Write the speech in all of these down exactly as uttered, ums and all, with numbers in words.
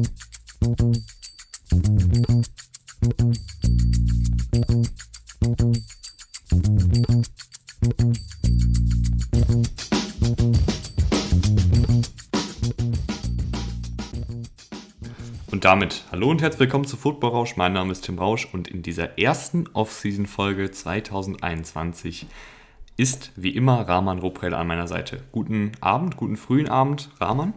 Und damit hallo und herzlich willkommen zu Football Rausch. Mein Name ist Tim Rausch und in dieser ersten Off-Season-Folge zwanzig einundzwanzig ist wie immer Rahman Roprel an meiner Seite. Guten Abend, guten frühen Abend, Rahman.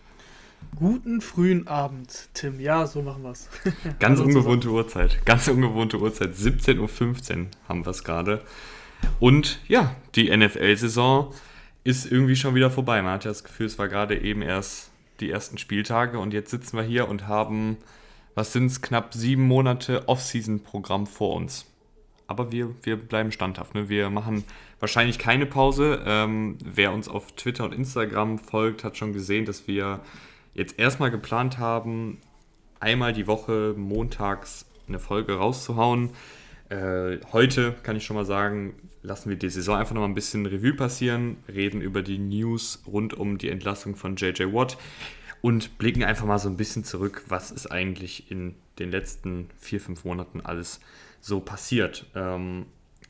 Guten frühen Abend, Tim. Ja, so machen wir es. Ganz ungewohnte Uhrzeit, ganz ungewohnte Uhrzeit. siebzehn Uhr fünfzehn haben wir es gerade. Und ja, die N F L-Saison ist irgendwie schon wieder vorbei. Man hat ja das Gefühl, es war gerade eben erst die ersten Spieltage und jetzt sitzen wir hier und haben, was sind es, knapp sieben Monate Off-Season-Programm vor uns. Aber wir, wir bleiben standhaft. Ne? Wir machen wahrscheinlich keine Pause. Ähm, wer uns auf Twitter und Instagram folgt, hat schon gesehen, dass wir jetzt erstmal geplant haben, einmal die Woche montags eine Folge rauszuhauen. Äh, heute kann ich schon mal sagen, lassen wir die Saison einfach noch mal ein bisschen Revue passieren, reden über die News rund um die Entlassung von J J Watt und blicken einfach mal so ein bisschen zurück, was ist eigentlich in den letzten vier, fünf Monaten alles so passiert. Ähm,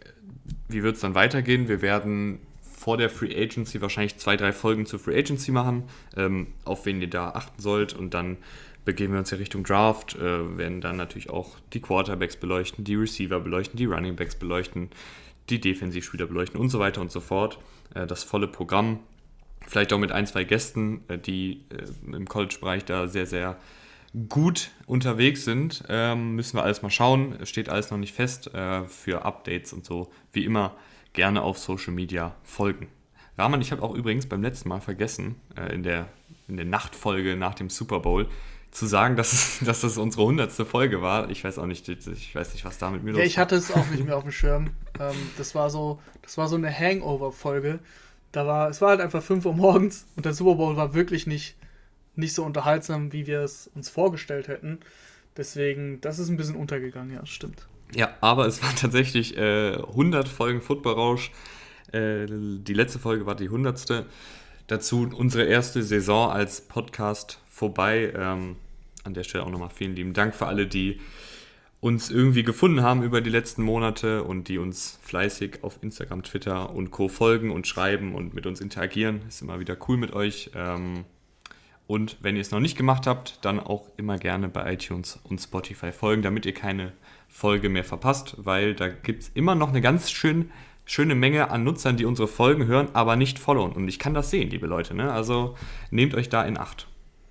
wie wird es dann weitergehen? Wir werden vor der Free Agency wahrscheinlich zwei, drei Folgen zur Free Agency machen, ähm, auf wen ihr da achten sollt, und dann begeben wir uns ja Richtung Draft, äh, werden dann natürlich auch die Quarterbacks beleuchten, die Receiver beleuchten, die Running Backs beleuchten, die Defensivspieler beleuchten und so weiter und so fort. Äh, das volle Programm, vielleicht auch mit ein, zwei Gästen, äh, die äh, im College-Bereich da sehr, sehr gut unterwegs sind. Ähm, müssen wir alles mal schauen, es steht alles noch nicht fest. Äh, für Updates und so, wie immer, gerne auf Social Media folgen. Rahman, ich habe auch übrigens beim letzten Mal vergessen, äh, in der, in der Nachtfolge nach dem Super Bowl, zu sagen, dass, es, dass das unsere hundertste Folge war. Ich weiß auch nicht, ich weiß nicht, was da mit mir los war. Ja, ich hatte es auch nicht mehr auf dem Schirm. Ähm, das war so, das war so eine Hangover-Folge. Da war, es war halt einfach fünf Uhr morgens und der Super Bowl war wirklich nicht, nicht so unterhaltsam, wie wir es uns vorgestellt hätten. Deswegen, das ist ein bisschen untergegangen, ja, stimmt. Ja, aber es waren tatsächlich äh, hundert Folgen Football Rausch. Äh, die letzte Folge war die hundertste. Dazu unsere erste Saison als Podcast vorbei. Ähm, an der Stelle auch nochmal vielen lieben Dank für alle, die uns irgendwie gefunden haben über die letzten Monate und die uns fleißig auf Instagram, Twitter und Co. folgen und schreiben und mit uns interagieren. Ist immer wieder cool mit euch. Ähm, und wenn ihr es noch nicht gemacht habt, dann auch immer gerne bei iTunes und Spotify folgen, damit ihr keine Folge mehr verpasst, weil da gibt es immer noch eine ganz schön schöne Menge an Nutzern, die unsere Folgen hören, aber nicht followen. Und ich kann das sehen, liebe Leute. Ne? Also nehmt euch da in Acht.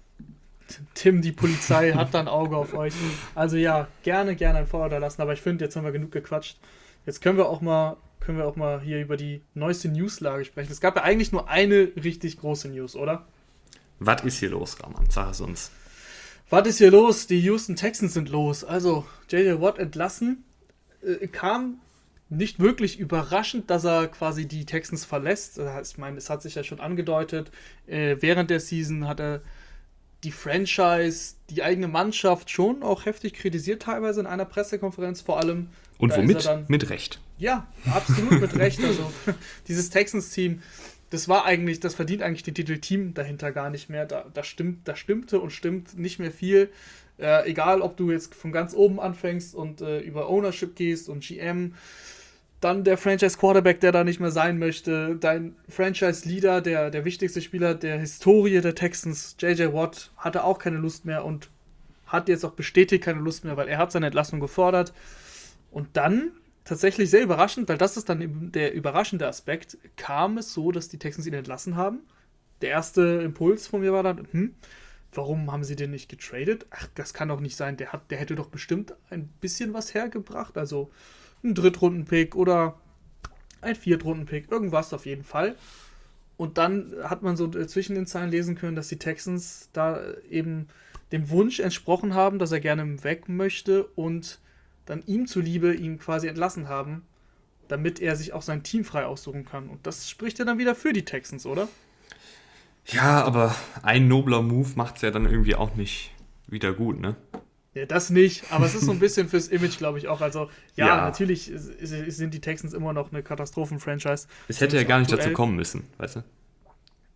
Tim, die Polizei hat da ein Auge auf euch. Also ja, gerne, gerne ein Follow da lassen. Aber ich finde, jetzt haben wir genug gequatscht. Jetzt können wir auch mal, können wir auch mal hier über die neueste Newslage sprechen. Es gab ja eigentlich nur eine richtig große News, oder? Was ist hier los, Rahman? Sag es uns. Was ist hier los? Die Houston Texans sind los. Also, J J Watt entlassen. Äh, kam nicht wirklich überraschend, dass er quasi die Texans verlässt. Ich meine, es hat sich ja schon angedeutet. Äh, während der Season hat er die Franchise, die eigene Mannschaft schon auch heftig kritisiert, teilweise in einer Pressekonferenz vor allem. Und womit? Dann, mit Recht. Ja, absolut mit Recht. Also dieses Texans-Team, das war eigentlich, das verdient eigentlich den Titel Team dahinter gar nicht mehr. Da, da, stimmt, da stimmte und stimmt nicht mehr viel. Äh, egal, ob du jetzt von ganz oben anfängst und äh, über Ownership gehst und G M, dann der Franchise-Quarterback, der da nicht mehr sein möchte, dein Franchise-Leader, der, der wichtigste Spieler der Historie der Texans, J J Watt, hatte auch keine Lust mehr und hat jetzt auch bestätigt keine Lust mehr, weil er hat seine Entlassung gefordert. Und dann, tatsächlich sehr überraschend, weil das ist dann der überraschende Aspekt, kam es so, dass die Texans ihn entlassen haben. Der erste Impuls von mir war dann, hm, warum haben sie den nicht getradet? Ach, das kann doch nicht sein, der, hat, der hätte doch bestimmt ein bisschen was hergebracht, also ein Drittrunden-Pick oder ein Viertrunden-Pick, irgendwas auf jeden Fall. Und dann hat man so zwischen den Zeilen lesen können, dass die Texans da eben dem Wunsch entsprochen haben, dass er gerne weg möchte und dann ihm zuliebe ihn quasi entlassen haben, damit er sich auch sein Team frei aussuchen kann. Und das spricht ja dann wieder für die Texans, oder? Ja, aber ein nobler Move macht es ja dann irgendwie auch nicht wieder gut, ne? Ja, das nicht, aber es ist so ein bisschen fürs Image, glaube ich, auch. Also, ja, Ja. natürlich sind die Texans immer noch eine Katastrophen-Franchise. Es hätte ja gar nicht dazu kommen müssen, weißt du?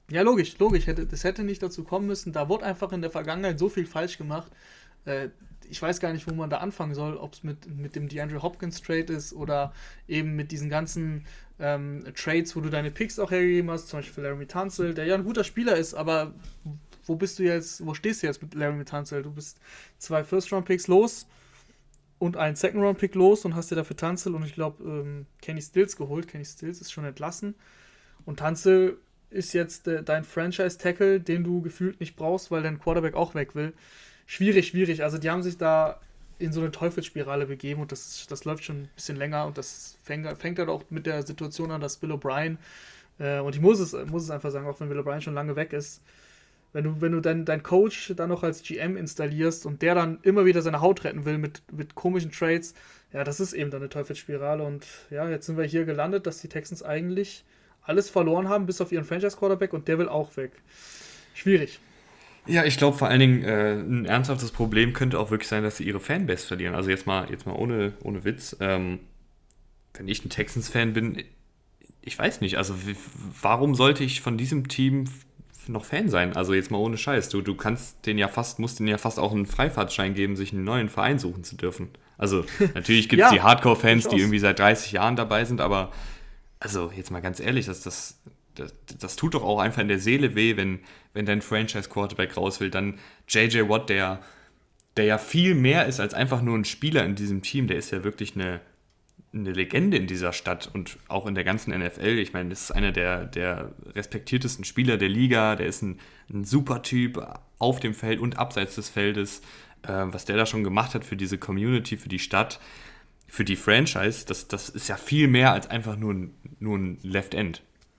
Ja, logisch, logisch. Hätte, das hätte nicht dazu kommen müssen. Da wurde einfach in der Vergangenheit so viel falsch gemacht. Äh, ich weiß gar nicht, wo man da anfangen soll, ob es mit, mit dem DeAndre Hopkins Trade ist oder eben mit diesen ganzen ähm, Trades, wo du deine Picks auch hergegeben hast, zum Beispiel für Laremy Tunsil, der ja ein guter Spieler ist, aber wo bist du jetzt, wo stehst du jetzt mit Laremy Tunsil? Du bist zwei First-Round-Picks los und einen Second-Round-Pick los und hast dir dafür Tunsil und ich glaube ähm, Kenny Stills geholt. Kenny Stills ist schon entlassen und Tunsil ist jetzt äh, dein Franchise-Tackle, den du gefühlt nicht brauchst, weil dein Quarterback auch weg will. Schwierig, schwierig. Also die haben sich da in so eine Teufelsspirale begeben und das, das läuft schon ein bisschen länger und das fängt, fängt halt auch mit der Situation an, dass Bill O'Brien, äh, und ich muss es, muss es einfach sagen, auch wenn Bill O'Brien schon lange weg ist, wenn du, wenn du deinen dein Coach dann noch als G M installierst und der dann immer wieder seine Haut retten will mit, mit komischen Trades, ja, das ist eben dann eine Teufelsspirale und ja, jetzt sind wir hier gelandet, dass die Texans eigentlich alles verloren haben, bis auf ihren Franchise-Quarterback und der will auch weg. Schwierig. Ja, ich glaube vor allen Dingen, äh, ein ernsthaftes Problem könnte auch wirklich sein, dass sie ihre Fanbase verlieren. Also jetzt mal, jetzt mal ohne, ohne Witz. Ähm, wenn ich ein Texans-Fan bin, ich weiß nicht, also w- warum sollte ich von diesem Team f- noch Fan sein? Also jetzt mal ohne Scheiß. Du, du kannst den ja fast, musst denen ja fast auch einen Freifahrtschein geben, sich einen neuen Verein suchen zu dürfen. Also natürlich gibt es Ja, die Hardcore-Fans, die durchaus. irgendwie seit dreißig Jahren dabei sind, aber also jetzt mal ganz ehrlich, das, das, das, das tut doch auch einfach in der Seele weh, wenn, wenn dein Franchise-Quarterback raus will. Dann J J. Watt, der, der ja viel mehr ist als einfach nur ein Spieler in diesem Team, der ist ja wirklich eine, eine Legende in dieser Stadt und auch in der ganzen N F L. Ich meine, das ist einer der, der respektiertesten Spieler der Liga, der ist ein, ein super Typ auf dem Feld und abseits des Feldes. Äh, was der da schon gemacht hat für diese Community, für die Stadt, für die Franchise, das, das ist ja viel mehr als einfach nur ein, nur ein Left End.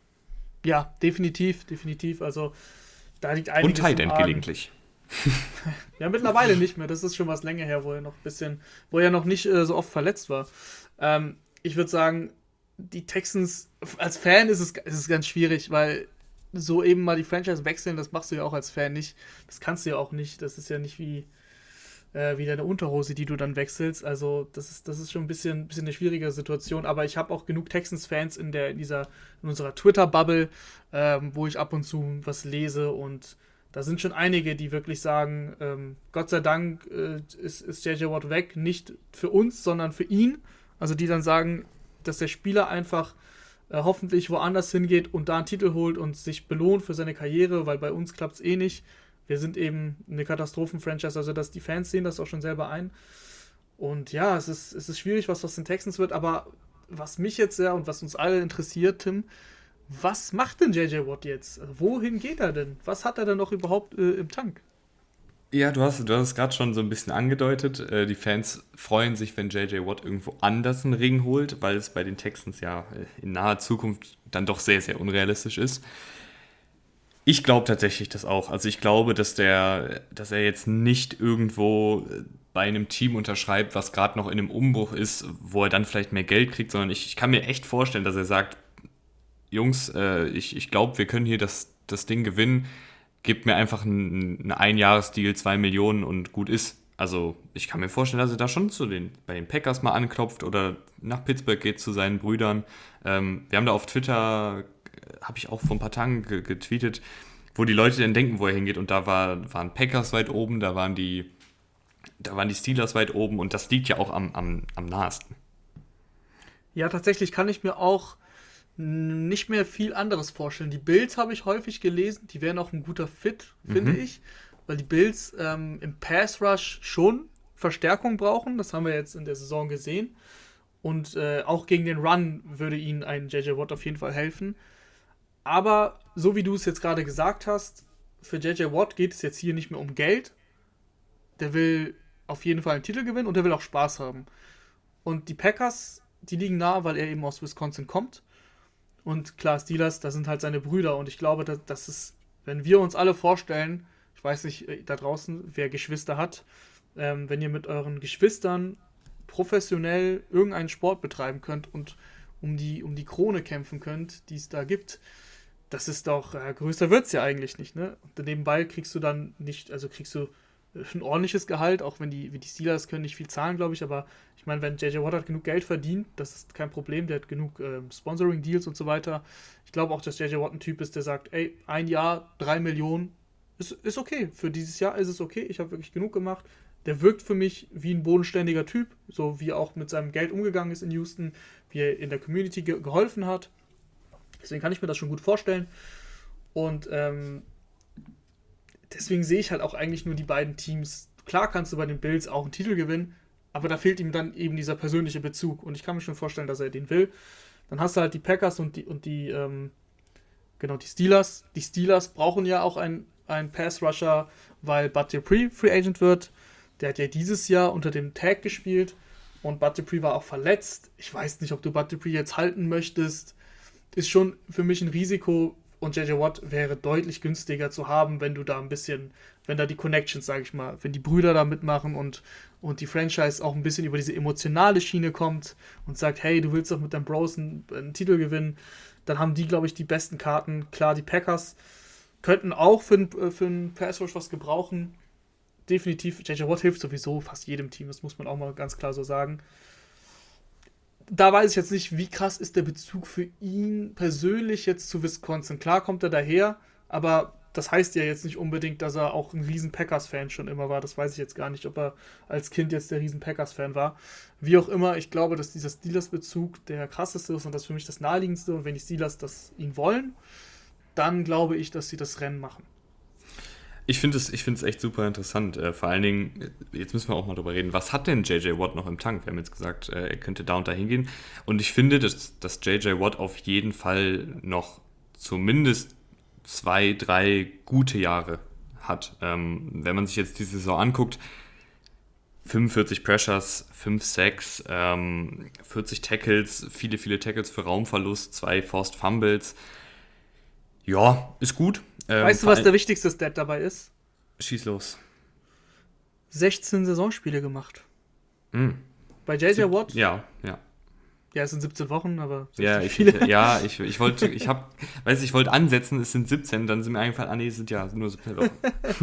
Ja, definitiv, definitiv. Also da liegt Und einiges Tight im End Argen. gelegentlich. Ja, mittlerweile nicht mehr. Das ist schon was länger her, wo er noch ein bisschen, wo er noch nicht äh, so oft verletzt war. Ähm, ich würde sagen, die Texans, als Fan ist es, ist es ganz schwierig, weil so eben mal die Franchise wechseln, das machst du ja auch als Fan nicht. Das kannst du ja auch nicht. Das ist ja nicht wie, äh, wie deine Unterhose, die du dann wechselst. Also das ist, das ist schon ein bisschen, bisschen eine schwierige Situation. Aber ich habe auch genug Texans-Fans in der, in dieser, in unserer Twitter-Bubble, ähm, wo ich ab und zu was lese und da sind schon einige, die wirklich sagen, ähm, Gott sei Dank äh, ist, ist J J. Watt weg, nicht für uns, sondern für ihn. Also die dann sagen, dass der Spieler einfach äh, hoffentlich woanders hingeht und da einen Titel holt und sich belohnt für seine Karriere, weil bei uns klappt es eh nicht. Wir sind eben eine Katastrophen-Franchise, also dass die Fans sehen das auch schon selber ein. Und ja, es ist, es ist schwierig, was aus den Texans wird, aber was mich jetzt sehr und was uns alle interessiert, Tim, was macht denn J J. Watt jetzt? Also wohin geht er denn? Was hat er denn noch überhaupt äh, im Tank? Ja, du hast, du hast es gerade schon so ein bisschen angedeutet. Äh, die Fans freuen sich, wenn J J. Watt irgendwo anders einen Ring holt, weil es bei den Texans ja äh, in naher Zukunft dann doch sehr, sehr unrealistisch ist. Ich glaube tatsächlich das auch. Also ich glaube, dass der, dass er jetzt nicht irgendwo äh, bei einem Team unterschreibt, was gerade noch in einem Umbruch ist, wo er dann vielleicht mehr Geld kriegt, sondern ich, ich kann mir echt vorstellen, dass er sagt, Jungs, äh, ich, ich glaube, wir können hier das, das Ding gewinnen. Gebt mir einfach einen, einen Einjahresdeal, zwei Millionen und gut ist. Also ich kann mir vorstellen, dass er da schon zu den, bei den Packers mal anklopft oder nach Pittsburgh geht zu seinen Brüdern. Ähm, wir haben da auf Twitter, äh, habe ich auch vor ein paar Tagen ge- getweetet, wo die Leute dann denken, wo er hingeht. Und da war, waren Packers weit oben, da waren die, da waren die Steelers weit oben und das liegt ja auch am, am, am nahesten. Ja, tatsächlich kann ich mir auch n- nicht mehr viel anderes vorstellen. Die Bills habe ich häufig gelesen, die wären auch ein guter Fit, finde Mhm. ich, weil die Bills ähm, im Pass Rush schon Verstärkung brauchen. Das haben wir jetzt in der Saison gesehen. Und äh, auch gegen den Run würde ihnen ein J J. Watt auf jeden Fall helfen. Aber so wie du es jetzt gerade gesagt hast, für J J. Watt geht es jetzt hier nicht mehr um Geld. Der will auf jeden Fall einen Titel gewinnen und der will auch Spaß haben. Und die Packers, die liegen nah, weil er eben aus Wisconsin kommt. Und klar, Steelers, das sind halt seine Brüder. Und ich glaube, dass, dass es, wenn wir uns alle vorstellen, ich weiß nicht äh, da draußen, wer Geschwister hat, ähm, wenn ihr mit euren Geschwistern professionell irgendeinen Sport betreiben könnt und um die, um die Krone kämpfen könnt, die es da gibt, das ist doch, äh, größer wird es ja eigentlich nicht, ne? Und nebenbei kriegst du dann nicht, also kriegst du ein ordentliches Gehalt, auch wenn die, wie die Steelers können nicht viel zahlen, glaube ich, aber ich meine, wenn J J Watt hat genug Geld verdient, das ist kein Problem, der hat genug ähm, Sponsoring-Deals und so weiter. Ich glaube auch, dass J J Watt ein Typ ist, der sagt, ey, ein Jahr, drei Millionen, ist, ist okay. Für dieses Jahr ist es okay, ich habe wirklich genug gemacht. Der wirkt für mich wie ein bodenständiger Typ, so wie er auch mit seinem Geld umgegangen ist in Houston, wie er in der Community ge- geholfen hat. Deswegen kann ich mir das schon gut vorstellen. Und ähm, deswegen sehe ich halt auch eigentlich nur die beiden Teams. Klar kannst du bei den Bills auch einen Titel gewinnen, aber da fehlt ihm dann eben dieser persönliche Bezug. Und ich kann mir schon vorstellen, dass er den will. Dann hast du halt die Packers und die, und die, ähm, genau, die Steelers. Die Steelers brauchen ja auch einen, einen Pass-Rusher, weil Bud Dupree Free Agent wird. Der hat ja dieses Jahr unter dem Tag gespielt und Bud Dupree war auch verletzt. Ich weiß nicht, ob du Bud Dupree jetzt halten möchtest. Ist schon für mich ein Risiko und J J Watt wäre deutlich günstiger zu haben, wenn du da ein bisschen, wenn da die Connections, sag ich mal, wenn die Brüder da mitmachen und, und die Franchise auch ein bisschen über diese emotionale Schiene kommt und sagt, hey, du willst doch mit deinem Bros einen, einen Titel gewinnen, dann haben die, glaube ich, die besten Karten. Klar, die Packers könnten auch für, für einen Pass Rush was gebrauchen. Definitiv, J J Watt hilft sowieso fast jedem Team, das muss man auch mal ganz klar so sagen. Da weiß ich jetzt nicht, wie krass ist der Bezug für ihn persönlich jetzt zu Wisconsin. Klar kommt er daher, aber das heißt ja jetzt nicht unbedingt, dass er auch ein riesen Packers-Fan schon immer war. Das weiß ich jetzt gar nicht, ob er als Kind jetzt der riesen Packers-Fan war. Wie auch immer, ich glaube, dass dieser Steelers-Bezug der krasseste ist und das für mich das naheliegendste. Und wenn die Steelers das ihn wollen, dann glaube ich, dass sie das Rennen machen. Ich finde es ich finde es echt super interessant. Äh, vor allen Dingen, jetzt müssen wir auch mal drüber reden, was hat denn J J Watt noch im Tank? Wir haben jetzt gesagt, äh, er könnte da und da hingehen. Und ich finde, dass, dass J J Watt auf jeden Fall noch zumindest zwei, drei gute Jahre hat. Ähm, wenn man sich jetzt die Saison anguckt, fünfundvierzig Pressures, fünf Sacks, ähm, vierzig Tackles, viele, viele Tackles für Raumverlust, zwei Forced Fumbles. Ja, ist gut. Ähm, weißt du, was der wichtigste Stat dabei ist? Schieß los. sechzehn Saisonspiele gemacht. Mm. Bei J J Watt? Ja, ja. Ja, es sind siebzehn Wochen, aber Ja, ich, viele. ja, ich, ich wollte, ich habe, weiß ich wollte ansetzen, es sind siebzehn, dann sind mir eingefallen, ah nee, es sind ja nur siebzehn Wochen.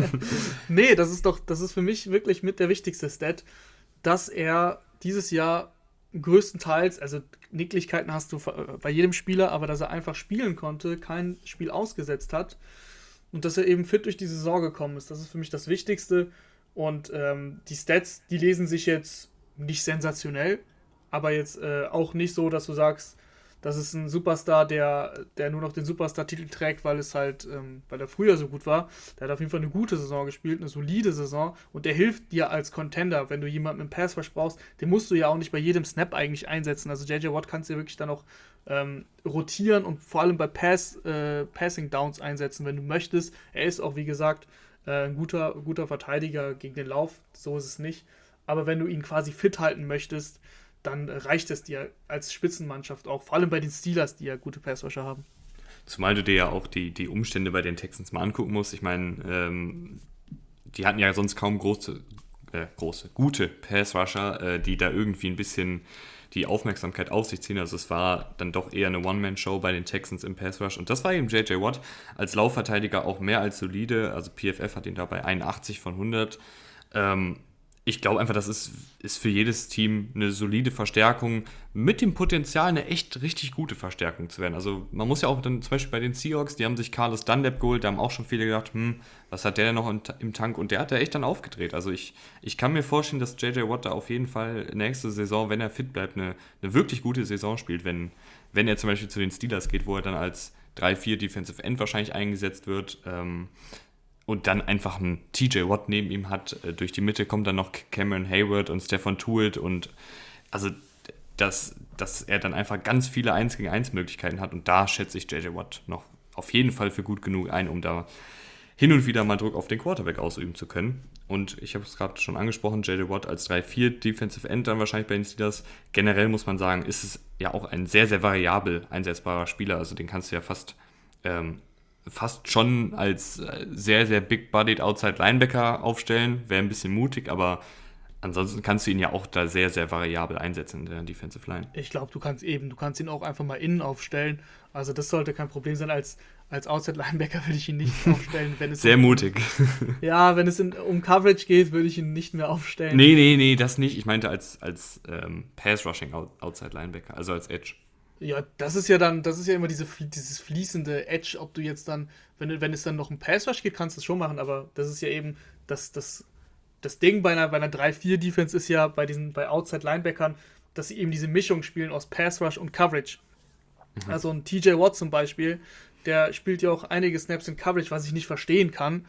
Nee, das ist doch, das ist für mich wirklich mit der wichtigste Stat, dass er dieses Jahr größtenteils, also Nicklichkeiten hast du bei jedem Spieler, aber dass er einfach spielen konnte, kein Spiel ausgesetzt hat und dass er eben fit durch die Saison gekommen ist. Das ist für mich das Wichtigste und ähm, die Stats, die lesen sich jetzt nicht sensationell, aber jetzt äh, auch nicht so, dass du sagst, das ist ein Superstar, der, der nur noch den Superstar-Titel trägt, weil es halt, ähm, weil er früher so gut war. Der hat auf jeden Fall eine gute Saison gespielt, eine solide Saison und der hilft dir als Contender, wenn du jemanden im Pass Rush brauchst, den musst du ja auch nicht bei jedem Snap eigentlich einsetzen. Also J J Watt kannst du ja wirklich dann auch ähm, rotieren und vor allem bei Pass, äh, Passing Downs einsetzen, wenn du möchtest. Er ist auch, wie gesagt, äh, ein guter, guter Verteidiger gegen den Lauf, so ist es nicht. Aber wenn du ihn quasi fit halten möchtest, dann reicht es dir als Spitzenmannschaft auch, vor allem bei den Steelers, die ja gute Passrusher haben. Zumal du dir ja auch die, die Umstände bei den Texans mal angucken musst. Ich meine, ähm, die hatten ja sonst kaum große, äh, große, gute Passrusher, äh, die da irgendwie ein bisschen die Aufmerksamkeit auf sich ziehen. Also es war dann doch eher eine One-Man-Show bei den Texans im Passrush. Und das war eben J J Watt als Laufverteidiger auch mehr als solide. Also P F F hat ihn da bei einundachtzig von hundert. Ähm, Ich glaube einfach, das ist, ist für jedes Team eine solide Verstärkung mit dem Potenzial, eine echt richtig gute Verstärkung zu werden. Also man muss ja auch dann zum Beispiel bei den Seahawks, die haben sich Carlos Dunlap geholt, da haben auch schon viele gedacht, hm, was hat der denn noch im, im Tank? Und der hat da echt dann aufgedreht. Also ich, ich kann mir vorstellen, dass J J Watt da auf jeden Fall nächste Saison, wenn er fit bleibt, eine, eine wirklich gute Saison spielt, wenn, wenn er zum Beispiel zu den Steelers geht, wo er dann als drei vier Defensive End wahrscheinlich eingesetzt wird. Ähm, und dann einfach einen T J Watt neben ihm hat. Durch die Mitte kommt dann noch Cameron Hayward und Stephon Tuitt und also, dass, dass er dann einfach ganz viele eins gegen eins Möglichkeiten hat und da schätze ich J J Watt noch auf jeden Fall für gut genug ein, um da hin und wieder mal Druck auf den Quarterback ausüben zu können. Und ich habe es gerade schon angesprochen, J J Watt als drei vier Defensive End dann wahrscheinlich bei den Steelers. Generell muss man sagen, ist es ja auch ein sehr, sehr variabel einsetzbarer Spieler, also den kannst du ja fast ähm, fast schon als sehr, sehr big-bodied Outside Linebacker aufstellen. Wäre ein bisschen mutig, aber ansonsten kannst du ihn ja auch da sehr, sehr variabel einsetzen in der Defensive Line. Ich glaube, du kannst eben, du kannst ihn auch einfach mal innen aufstellen. Also das sollte kein Problem sein. Als, als Outside-Linebacker würde ich ihn nicht aufstellen. Wenn es Sehr um, mutig. Ja, wenn es in, um Coverage geht, würde ich ihn nicht mehr aufstellen. Nee, nee, nee, das nicht. Ich meinte als, als ähm, Pass-Rushing-Outside-Linebacker, also als Edge. Ja, das ist ja dann, das ist ja immer diese, dieses fließende Edge, ob du jetzt dann, wenn, du- wenn es dann noch ein Pass-Rush gibt, kannst du es schon machen, aber das ist ja eben das, das, das Ding bei einer, bei einer drei vier Defense ist ja bei diesen, bei Outside-Linebackern, dass sie eben diese Mischung spielen aus Pass-Rush und Coverage. Also ein T J Watt zum Beispiel, der spielt ja auch einige Snaps in Coverage, was ich nicht verstehen kann.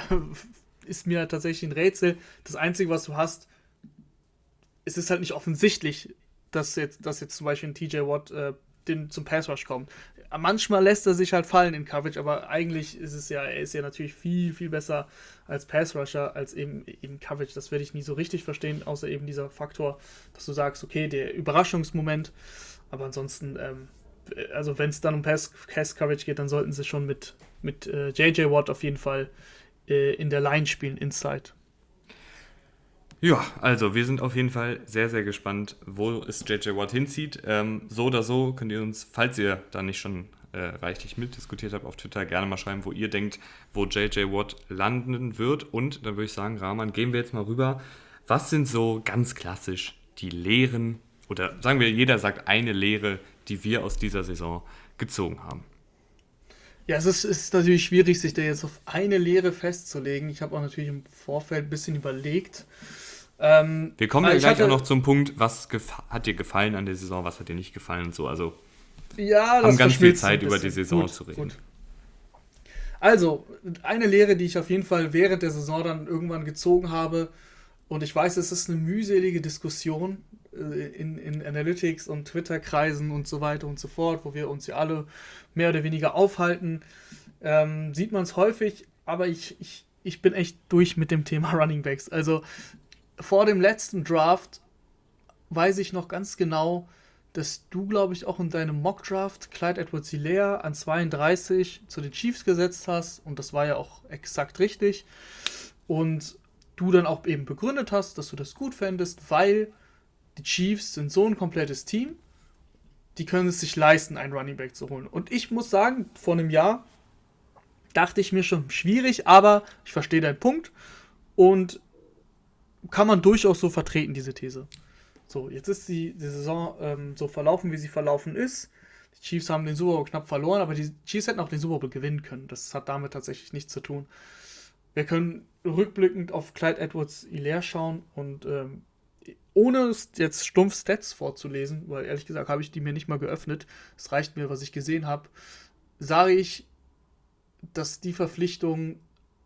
Ist mir tatsächlich ein Rätsel. Das Einzige, was du hast, es ist halt nicht offensichtlich, dass jetzt, dass jetzt zum Beispiel ein T J Watt äh, den, zum Pass Rush kommt. Manchmal lässt er sich halt fallen in Coverage, aber eigentlich ist es ja, er ist ja natürlich viel, viel besser als Pass Rusher, als eben in Coverage. Das werde ich nie so richtig verstehen, außer eben dieser Faktor, dass du sagst, okay, der Überraschungsmoment, aber ansonsten, ähm, also wenn es dann um Pass, Pass Coverage geht, dann sollten sie schon mit, mit äh, J J Watt auf jeden Fall äh, in der Line spielen, Inside. Ja, also wir sind auf jeden Fall sehr, sehr gespannt, wo es J J Watt hinzieht. Ähm, so oder so könnt ihr uns, falls ihr da nicht schon äh, reichlich mitdiskutiert habt, auf Twitter gerne mal schreiben, wo ihr denkt, wo J J Watt landen wird. Und dann würde ich sagen, Rahman, gehen wir jetzt mal rüber. Was sind so ganz klassisch die Lehren, oder sagen wir, jeder sagt eine Lehre, die wir aus dieser Saison gezogen haben? Ja, es ist, es ist natürlich schwierig, sich da jetzt auf eine Lehre festzulegen. Ich habe auch natürlich im Vorfeld ein bisschen überlegt. Ähm, Wir kommen ja ich gleich hatte- auch noch zum Punkt, was gef- hat dir gefallen an der Saison, was hat dir nicht gefallen und so. Also Ja, haben ganz viel verschmilzt ein Zeit, über bisschen. die Saison Gut, zu reden. gut. Also, eine Lehre, die ich auf jeden Fall während der Saison dann irgendwann gezogen habe, und ich weiß, es ist eine mühselige Diskussion äh, in, in Analytics und Twitter-Kreisen und so weiter und so fort, wo wir uns ja alle mehr oder weniger aufhalten, ähm, sieht man es häufig, aber ich, ich, ich bin echt durch mit dem Thema Running Backs. Also vor dem letzten Draft weiß ich noch ganz genau, dass du, glaube ich, auch in deinem Mock-Draft Clyde Edwards-Helaire an zweiunddreißig zu den Chiefs gesetzt hast, und das war ja auch exakt richtig, und du dann auch eben begründet hast, dass du das gut fändest, weil die Chiefs sind so ein komplettes Team, die können es sich leisten, einen Running Back zu holen. Und ich muss sagen, vor einem Jahr dachte ich mir schon, schwierig, aber ich verstehe deinen Punkt und kann man durchaus so vertreten, diese These. So, jetzt ist die, die Saison ähm, so verlaufen, wie sie verlaufen ist. Die Chiefs haben den Super Bowl knapp verloren, aber die Chiefs hätten auch den Super Bowl gewinnen können. Das hat damit tatsächlich nichts zu tun. Wir können rückblickend auf Clyde Edwards-Helaire schauen und ähm, ohne jetzt stumpf Stats vorzulesen, weil ehrlich gesagt habe ich die mir nicht mal geöffnet, es reicht mir, was ich gesehen habe, sage ich, dass die Verpflichtung,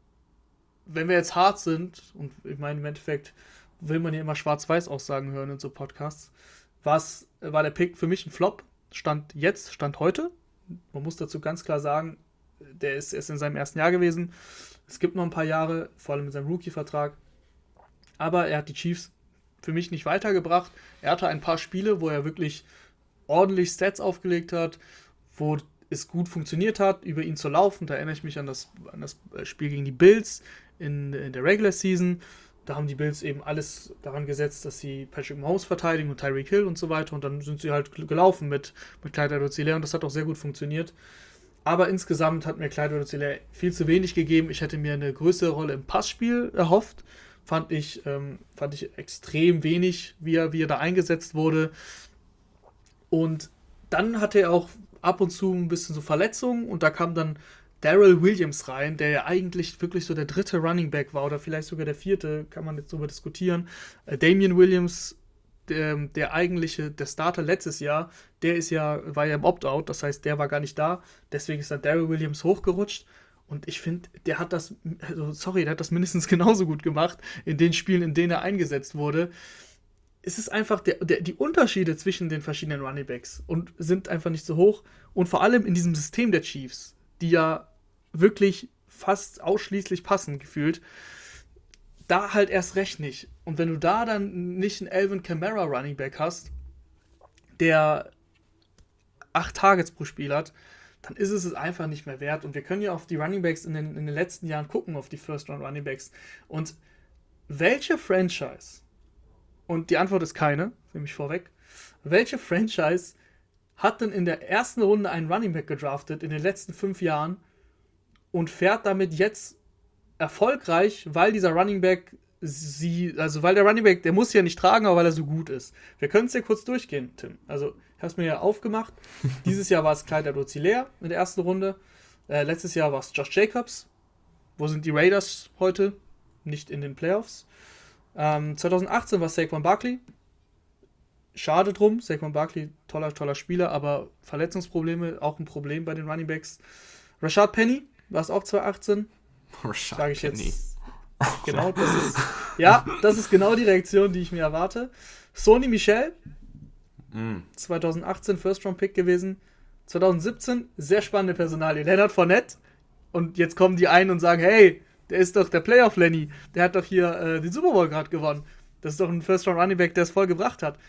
wenn wir jetzt hart sind, und ich meine im Endeffekt will man ja immer Schwarz-Weiß-Aussagen hören in so Podcasts, war's, war der Pick für mich ein Flop, Stand jetzt, Stand heute. Man muss dazu ganz klar sagen, der ist erst in seinem ersten Jahr gewesen. Es gibt noch ein paar Jahre, vor allem in seinem Rookie-Vertrag. Aber er hat die Chiefs für mich nicht weitergebracht. Er hatte ein paar Spiele, wo er wirklich ordentlich Stats aufgelegt hat, wo es gut funktioniert hat, über ihn zu laufen. Da erinnere ich mich an das, an das Spiel gegen die Bills in, in der Regular Season. Da haben die Bills eben alles daran gesetzt, dass sie Patrick Mahomes verteidigen und Tyreek Hill und so weiter. Und dann sind sie halt gelaufen mit, mit Clyde Edwards-Helaire und das hat auch sehr gut funktioniert. Aber insgesamt hat mir Clyde Edwards-Helaire viel zu wenig gegeben. Ich hätte mir eine größere Rolle im Passspiel erhofft. Fand ich, ähm, fand ich extrem wenig, wie er, wie er da eingesetzt wurde. Und dann hatte er auch ab und zu ein bisschen so Verletzungen und da kam dann Darrell Williams rein, der ja eigentlich wirklich so der dritte Running Back war oder vielleicht sogar der vierte, kann man jetzt darüber diskutieren. Äh, Damian Williams, der, der eigentliche, der Starter letztes Jahr, der ist ja, war ja im Opt-out, das heißt, der war gar nicht da, deswegen ist dann Darrell Williams hochgerutscht und ich finde, der hat das, also sorry, der hat das mindestens genauso gut gemacht in den Spielen, in denen er eingesetzt wurde. Es ist einfach, der, der, die Unterschiede zwischen den verschiedenen Running Backs und sind einfach nicht so hoch und vor allem in diesem System der Chiefs, die ja wirklich fast ausschließlich passen, gefühlt, da halt erst recht nicht. Und wenn du da dann nicht einen Alvin Kamara Running Back hast, der acht Targets pro Spiel hat, dann ist es es einfach nicht mehr wert. Und wir können ja auf die Running Backs in den, in den letzten Jahren gucken, auf die First-Round Running Backs. Und welche Franchise, und die Antwort ist keine, nehme ich vorweg, welche Franchise hat denn in der ersten Runde einen Running Back gedraftet in den letzten fünf Jahren und fährt damit jetzt erfolgreich, weil dieser Running Back sie, also weil der Running Back, der muss ja nicht tragen, aber weil er so gut ist. Wir können es ja kurz durchgehen, Tim. Also, ich habe es mir ja aufgemacht. Dieses Jahr war es Clyde Edwards-Helaire in der ersten Runde. Äh, letztes Jahr war es Josh Jacobs. Wo sind die Raiders heute? Nicht in den Playoffs. Ähm, zwanzig achtzehn war es Saquon Barkley. Schade drum. Saquon Barkley, toller, toller Spieler, aber Verletzungsprobleme, auch ein Problem bei den Running Backs. Rashad Penny war es auch zwanzig achtzehn. Rashad Sage ich Penny. jetzt. Genau, das ist, ja, das ist genau die Reaktion, die ich mir erwarte. Sony Michel, Mm. zwanzig achtzehn First-Round-Pick gewesen. zwanzig siebzehn, sehr spannende Personalie. Leonard Fournette. Und jetzt kommen die einen und sagen, hey, der ist doch der Playoff-Lenny. Der hat doch hier äh, den Super Bowl gerade gewonnen. Das ist doch ein First-Round-Running-Back, der es voll gebracht hat.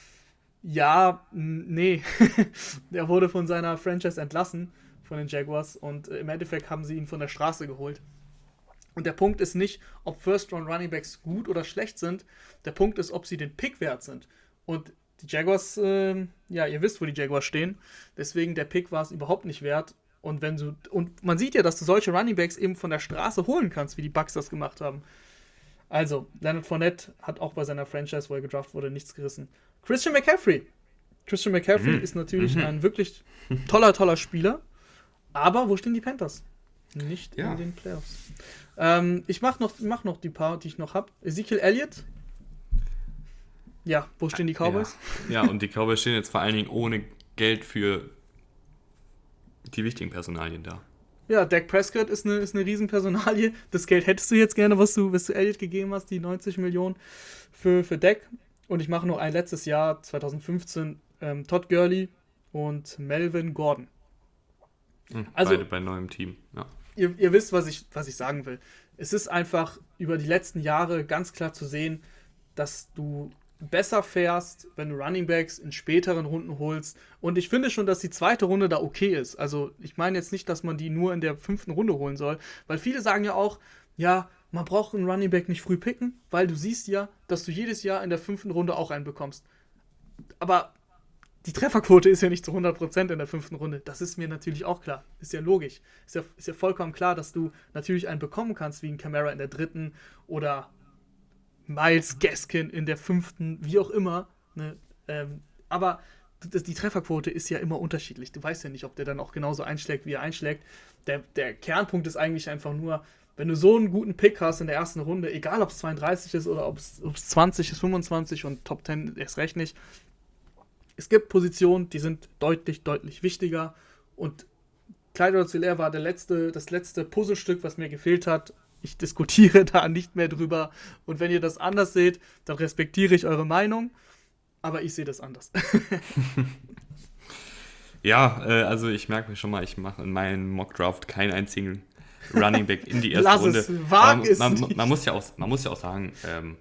Ja, n- nee. Der wurde von seiner Franchise entlassen, von den Jaguars. Und äh, im Endeffekt haben sie ihn von der Straße geholt. Und der Punkt ist nicht, ob First-Round-Runningbacks gut oder schlecht sind. Der Punkt ist, ob sie den Pick wert sind. Und die Jaguars, äh, ja, ihr wisst, wo die Jaguars stehen. Deswegen, der Pick war es überhaupt nicht wert. Und wenn du, und man sieht ja, dass du solche Runningbacks eben von der Straße holen kannst, wie die Bucks das gemacht haben. Also, Leonard Fournette hat auch bei seiner Franchise, wo er gedraft wurde, nichts gerissen. Christian McCaffrey. Christian McCaffrey Mhm. ist natürlich Mhm. ein wirklich toller, toller Spieler. Aber wo stehen die Panthers? Nicht Ja. in den Playoffs. Ähm, ich mach noch, mach noch die paar, die ich noch habe. Ezekiel Elliott. Ja, wo stehen die Cowboys? Ja. ja, und die Cowboys stehen jetzt vor allen Dingen ohne Geld für die wichtigen Personalien da. Ja, Dak Prescott ist eine, ist eine Riesenpersonalie. Das Geld hättest du jetzt gerne, was du, was du Elliott gegeben hast, die neunzig Millionen für, für Dak. Und ich mache noch ein letztes Jahr, zwanzig fünfzehn, ähm, Todd Gurley und Melvin Gordon. Hm, Also- Beide bei neuem Team. Ja. Ihr, ihr wisst, was ich, was ich sagen will. Es ist einfach über die letzten Jahre ganz klar zu sehen, dass du besser fährst, wenn du Runningbacks in späteren Runden holst. Und ich finde schon, dass die zweite Runde da okay ist. Also ich meine jetzt nicht, dass man die nur in der fünften Runde holen soll, weil viele sagen ja auch, ja, man braucht einen Runningback nicht früh picken, weil du siehst ja, dass du jedes Jahr in der fünften Runde auch einen bekommst. Aber die Trefferquote ist ja nicht zu hundert Prozent in der fünften Runde. Das ist mir natürlich auch klar. Ist ja logisch. Ist ja, ist ja vollkommen klar, dass du natürlich einen bekommen kannst, wie ein Kamara in der dritten oder Myles Gaskin in der fünften, wie auch immer. Ne? Ähm, aber das, die Trefferquote ist ja immer unterschiedlich. Du weißt ja nicht, ob der dann auch genauso einschlägt, wie er einschlägt. Der, der Kernpunkt ist eigentlich einfach nur, wenn du so einen guten Pick hast in der ersten Runde, egal ob es zweiunddreißig ist oder ob es zwanzig ist, fünfundzwanzig und Top zehn erst recht nicht, es gibt Positionen, die sind deutlich, deutlich wichtiger. Und Clyde Edwards-Helaire war der letzte, das letzte Puzzlestück, was mir gefehlt hat. Ich diskutiere da nicht mehr drüber. Und wenn ihr das anders seht, dann respektiere ich eure Meinung. Aber ich sehe das anders. Ja, äh, also ich merke mir schon mal, ich mache in meinem Mockdraft keinen einzigen Running Back in die erste Lass Runde. es, wag Aber es man, nicht. man, muss ja auch, man muss ja auch sagen, ähm,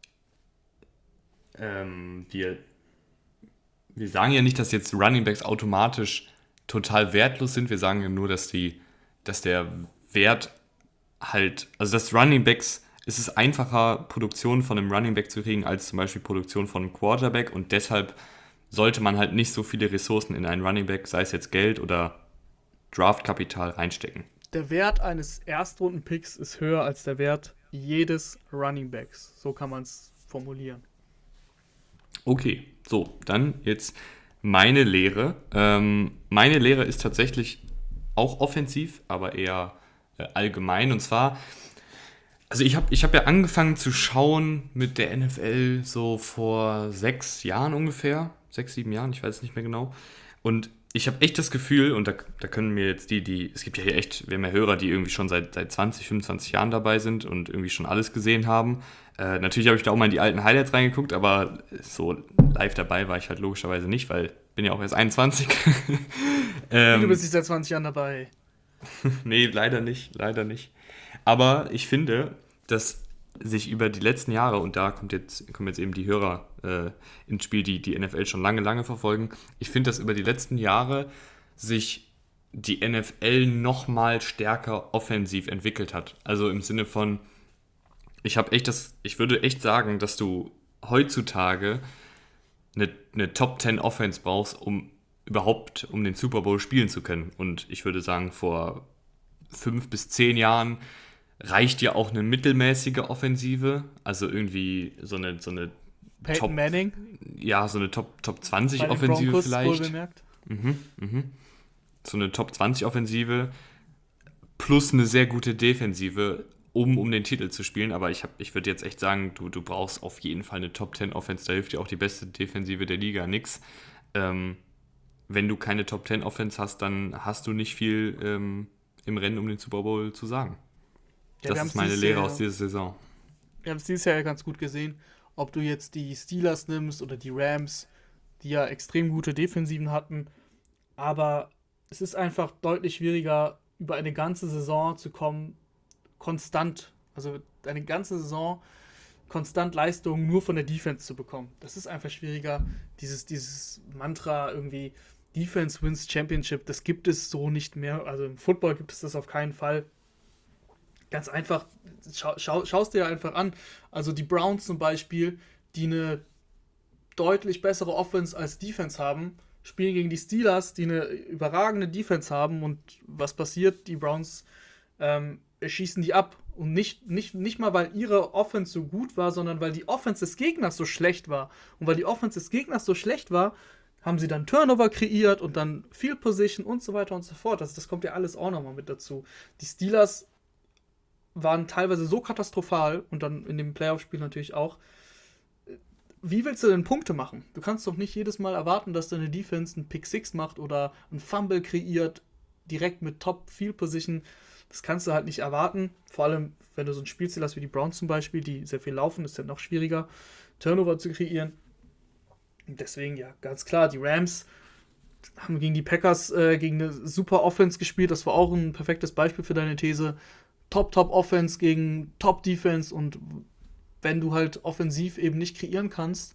ähm, wir, wir sagen ja nicht, dass jetzt Running Backs automatisch total wertlos sind. Wir sagen ja nur, dass die, dass der Wert halt, also dass Running Backs, es ist einfacher, Produktion von einem Running Back zu kriegen, als zum Beispiel Produktion von einem Quarterback, und deshalb sollte man halt nicht so viele Ressourcen in einen Running Back, sei es jetzt Geld oder Draftkapital, reinstecken. Der Wert eines Erstrunden-Picks ist höher als der Wert jedes Running Backs. So kann man es formulieren. Okay, so, dann jetzt meine Lehre. Ähm, meine Lehre ist tatsächlich auch offensiv, aber eher äh, allgemein. Und zwar, also ich habe ich hab ja angefangen zu schauen mit der N F L so vor sechs Jahren ungefähr. Sechs, sieben Jahren, ich weiß es nicht mehr genau. Und ich habe echt das Gefühl, und da, da können mir jetzt die, die, es gibt ja hier echt, wir haben ja Hörer, die irgendwie schon seit, seit zwanzig, fünfundzwanzig Jahren dabei sind und irgendwie schon alles gesehen haben. Äh, natürlich habe ich da auch mal in die alten Highlights reingeguckt, aber so live dabei war ich halt logischerweise nicht, weil ich bin ja auch erst einundzwanzig. ähm, Du bist nicht seit zwanzig Jahren dabei. Nee, leider nicht, leider nicht. Aber ich finde, dass sich über die letzten Jahre, und da kommt jetzt, kommen jetzt eben die Hörer äh, ins Spiel, die die N F L schon lange, lange verfolgen, ich finde, dass über die letzten Jahre sich die N F L nochmal stärker offensiv entwickelt hat. Also im Sinne von, ich habe echt das, ich würde echt sagen, dass du heutzutage eine, eine Top zehn Offense brauchst, um überhaupt um den Super Bowl spielen zu können. Und ich würde sagen, vor fünf bis zehn Jahren reicht ja auch eine mittelmäßige Offensive, also irgendwie so eine, so eine Peyton Top, Manning. Ja, so eine Top, Top zwanzig Bei den Offensive Broncos, vielleicht. wohlbemerkt. Mhm, mhm. So eine Top zwanzig Offensive plus eine sehr gute Defensive, um um den Titel zu spielen. Aber ich, hab, ich würde jetzt echt sagen, du, du brauchst auf jeden Fall eine Top zehn Offense. Da hilft dir auch die beste Defensive der Liga nix. Ähm, wenn du keine Top zehn Offense hast, dann hast du nicht viel ähm, im Rennen um den Super Bowl zu sagen. Ja, das ist meine Lehre Jahr, aus dieser Saison. Wir haben es dieses Jahr ja ganz gut gesehen, ob du jetzt die Steelers nimmst oder die Rams, die ja extrem gute Defensiven hatten. Aber es ist einfach deutlich schwieriger, über eine ganze Saison zu kommen, konstant, also eine ganze Saison konstant Leistungen nur von der Defense zu bekommen. Das ist einfach schwieriger. Dieses, dieses Mantra irgendwie, Defense wins Championship, das gibt es so nicht mehr. Also im Football gibt es das auf keinen Fall. Ganz einfach, schau, schau, schaust dir ja einfach an. Also die Browns zum Beispiel, die eine deutlich bessere Offense als Defense haben, spielen gegen die Steelers, die eine überragende Defense haben. Und was passiert? Die Browns ähm, schießen die ab. Und nicht, nicht, nicht mal, weil ihre Offense so gut war, sondern weil die Offense des Gegners so schlecht war. Und weil die Offense des Gegners so schlecht war, haben sie dann Turnover kreiert und dann Field Position und so weiter und so fort. Das, das kommt ja alles auch nochmal mit dazu. Die Steelers waren teilweise so katastrophal und dann in dem Playoff-Spiel natürlich auch. Wie willst du denn Punkte machen? Du kannst doch nicht jedes Mal erwarten, dass deine Defense einen Pick six macht oder einen Fumble kreiert, direkt mit Top-Field-Position. Das kannst du halt nicht erwarten. Vor allem, wenn du so ein Spielziel hast wie die Browns zum Beispiel, die sehr viel laufen, ist ja noch schwieriger, Turnover zu kreieren. Und deswegen, ja, ganz klar, die Rams haben gegen die Packers äh, gegen eine super Offense gespielt. Das war auch ein perfektes Beispiel für deine These. Top-Top-Offense gegen Top-Defense, und wenn du halt offensiv eben nicht kreieren kannst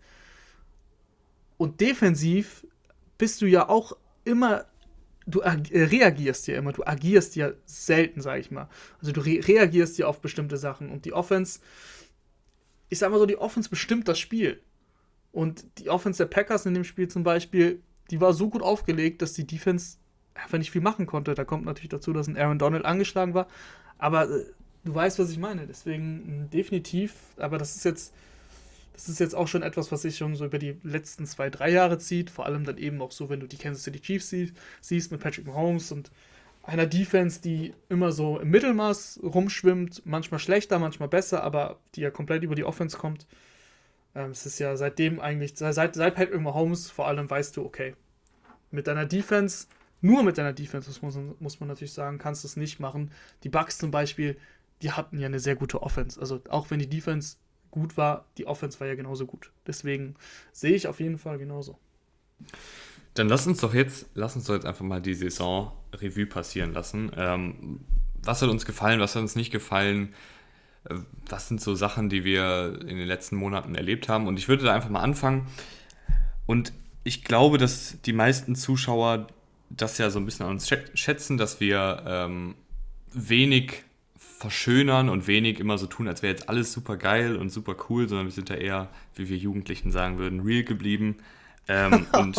und defensiv bist du ja auch immer, du ag- reagierst ja immer, du agierst ja selten, sag ich mal. Also du re- reagierst ja auf bestimmte Sachen, und die Offense, ich sag mal so, die Offense bestimmt das Spiel. Und die Offense der Packers in dem Spiel zum Beispiel, die war so gut aufgelegt, dass die Defense einfach nicht viel machen konnte. Da kommt natürlich dazu, dass ein Aaron Donald angeschlagen war. Aber äh, du weißt, was ich meine. Deswegen mh, definitiv. Aber das ist jetzt, das ist jetzt auch schon etwas, was sich schon so über die letzten zwei, drei Jahre zieht. Vor allem dann eben auch so, wenn du die Kansas City Chiefs sie, siehst mit Patrick Mahomes und einer Defense, die immer so im Mittelmaß rumschwimmt. Manchmal schlechter, manchmal besser, aber die ja komplett über die Offense kommt. Ähm, es ist ja seitdem eigentlich, seit, seit Patrick Mahomes vor allem weißt du, okay, mit deiner Defense, nur mit deiner Defense, das muss, muss man natürlich sagen, kannst du es nicht machen. Die Bucks zum Beispiel, die hatten ja eine sehr gute Offense. Also auch wenn die Defense gut war, die Offense war ja genauso gut. Deswegen sehe ich auf jeden Fall genauso. Dann lass uns doch jetzt, lass uns doch jetzt einfach mal die Saison Revue passieren lassen. Ähm, was hat uns gefallen, was hat uns nicht gefallen? Was sind so Sachen, die wir in den letzten Monaten erlebt haben? Und ich würde da einfach mal anfangen. Und ich glaube, dass die meisten Zuschauer das ja so ein bisschen an uns schätzen, dass wir ähm, wenig verschönern und wenig immer so tun, als wäre jetzt alles super geil und super cool, sondern wir sind da eher, wie wir Jugendlichen sagen würden, real geblieben. Ähm, und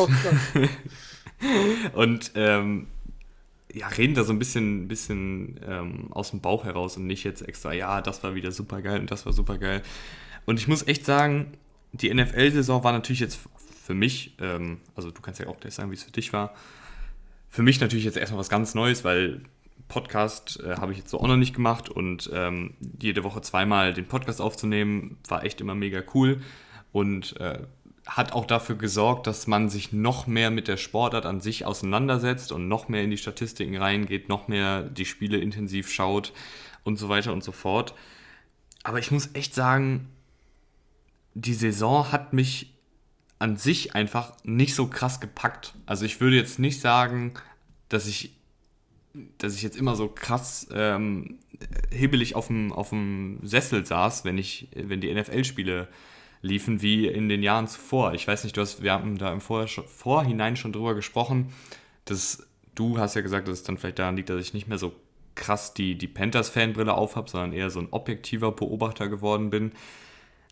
und ähm, ja, reden da so ein bisschen, bisschen ähm, aus dem Bauch heraus und nicht jetzt extra, ja, das war wieder super geil und das war super geil. Und ich muss echt sagen, die N F L-Saison war natürlich jetzt für mich, ähm, also du kannst ja auch gleich sagen, wie es für dich war, für mich natürlich jetzt erstmal was ganz Neues, weil Podcast äh, habe ich jetzt so auch noch nicht gemacht, und ähm, jede Woche zweimal den Podcast aufzunehmen, war echt immer mega cool und äh, hat auch dafür gesorgt, dass man sich noch mehr mit der Sportart an sich auseinandersetzt und noch mehr in die Statistiken reingeht, noch mehr die Spiele intensiv schaut und so weiter und so fort. Aber ich muss echt sagen, die Saison hat mich an sich einfach nicht so krass gepackt. Also ich würde jetzt nicht sagen, dass ich, dass ich jetzt immer so krass ähm, hibbelig auf dem, auf dem Sessel saß, wenn ich, wenn die N F L-Spiele liefen, wie in den Jahren zuvor. Ich weiß nicht, du hast, wir haben da im Vor- Vorhinein schon drüber gesprochen, dass du hast ja gesagt, dass es dann vielleicht daran liegt, dass ich nicht mehr so krass die, die Panthers-Fanbrille aufhab, sondern eher so ein objektiver Beobachter geworden bin.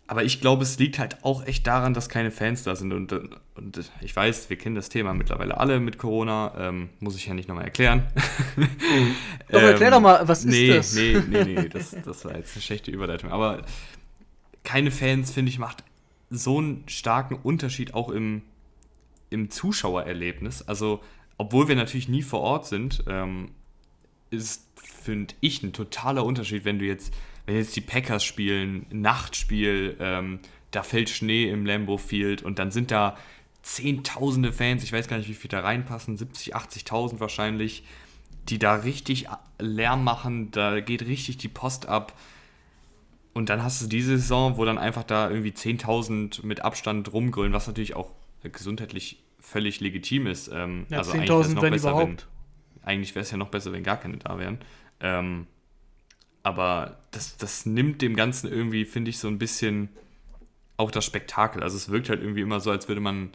Aber ich glaube, es liegt halt auch echt daran, dass keine Fans da sind. Und, und ich weiß, wir kennen das Thema mittlerweile alle mit Corona. Ähm, muss ich ja nicht nochmal erklären. Doch, ähm, erklär doch mal, was nee, ist das? Nee, nee, nee, das, das war jetzt eine schlechte Überleitung. Aber keine Fans, finde ich, macht so einen starken Unterschied auch im, im Zuschauererlebnis. Also, obwohl wir natürlich nie vor Ort sind, ähm, ist, finde ich, ein totaler Unterschied, wenn du jetzt wenn jetzt die Packers spielen, ein Nachtspiel, ähm, da fällt Schnee im Lambeau Field und dann sind da zehntausende Fans, ich weiß gar nicht, wie viele da reinpassen, siebzig, achtzigtausend wahrscheinlich, die da richtig Lärm machen, da geht richtig die Post ab. Und dann hast du diese Saison, wo dann einfach da irgendwie zehntausend mit Abstand rumgrölen, was natürlich auch gesundheitlich völlig legitim ist. Ähm, ja, also zehntausend, wenn besser, überhaupt. Wenn, eigentlich wäre es ja noch besser, wenn gar keine da wären. Ähm, aber das, das nimmt dem Ganzen irgendwie, finde ich, so ein bisschen auch das Spektakel. Also es wirkt halt irgendwie immer so, als würde man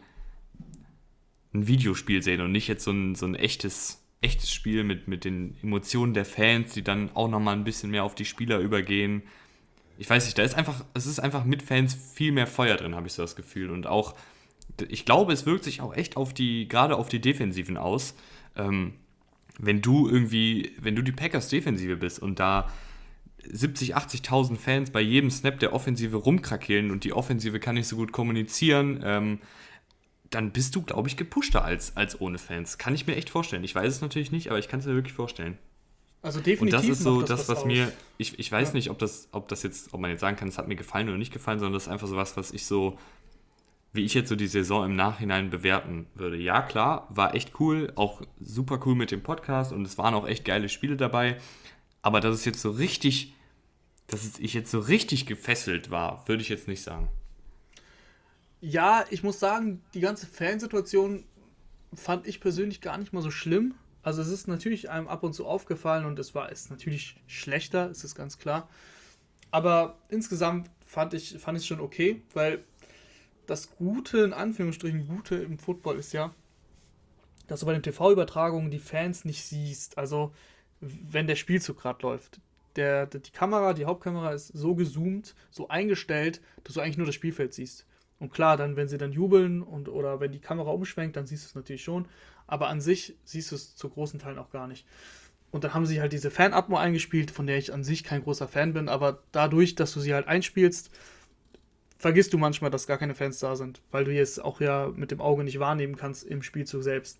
ein Videospiel sehen und nicht jetzt so ein, so ein echtes, echtes Spiel mit, mit den Emotionen der Fans, die dann auch nochmal ein bisschen mehr auf die Spieler übergehen. Ich weiß nicht, da ist einfach, es ist einfach mit Fans viel mehr Feuer drin, habe ich so das Gefühl. Und auch, ich glaube, es wirkt sich auch echt auf die, gerade auf die Defensiven aus. Ähm, wenn du irgendwie, wenn du die Packers Defensive bist und da siebzig, achtzigtausend Fans bei jedem Snap der Offensive rumkrakeln und die Offensive kann nicht so gut kommunizieren, ähm, dann bist du, glaube ich, gepushter als, als ohne Fans. Kann ich mir echt vorstellen. Ich weiß es natürlich nicht, aber ich kann es mir wirklich vorstellen. Also definitiv. Und das ist so macht das, was was mir, aus. ich, ich weiß Ja. nicht, ob das, ob das jetzt, ob man jetzt sagen kann, es hat mir gefallen oder nicht gefallen, sondern das ist einfach so was, was ich so, wie ich jetzt so die Saison im Nachhinein bewerten würde. Ja, klar, war echt cool, auch super cool mit dem Podcast und es waren auch echt geile Spiele dabei. Aber dass es jetzt so richtig, dass ich jetzt so richtig gefesselt war, würde ich jetzt nicht sagen. Ja, ich muss sagen, die ganze Fansituation fand ich persönlich gar nicht mal so schlimm. Also es ist natürlich einem ab und zu aufgefallen und es war ist natürlich schlechter, ist es ganz klar. Aber insgesamt fand ich fand ich es schon okay, weil das Gute, in Anführungsstrichen Gute im Football ist ja, dass du bei den T V-Übertragungen die Fans nicht siehst. Also wenn der Spielzug gerade läuft. Der, der, die Kamera, die Hauptkamera ist so gezoomt, so eingestellt, dass du eigentlich nur das Spielfeld siehst. Und klar, dann, wenn sie dann jubeln und oder wenn die Kamera umschwenkt, dann siehst du es natürlich schon. Aber an sich siehst du es zu großen Teilen auch gar nicht. Und dann haben sie halt diese Fan-Atmo eingespielt, von der ich an sich kein großer Fan bin, aber dadurch, dass du sie halt einspielst, vergisst du manchmal, dass gar keine Fans da sind, weil du jetzt auch ja mit dem Auge nicht wahrnehmen kannst im Spielzug selbst.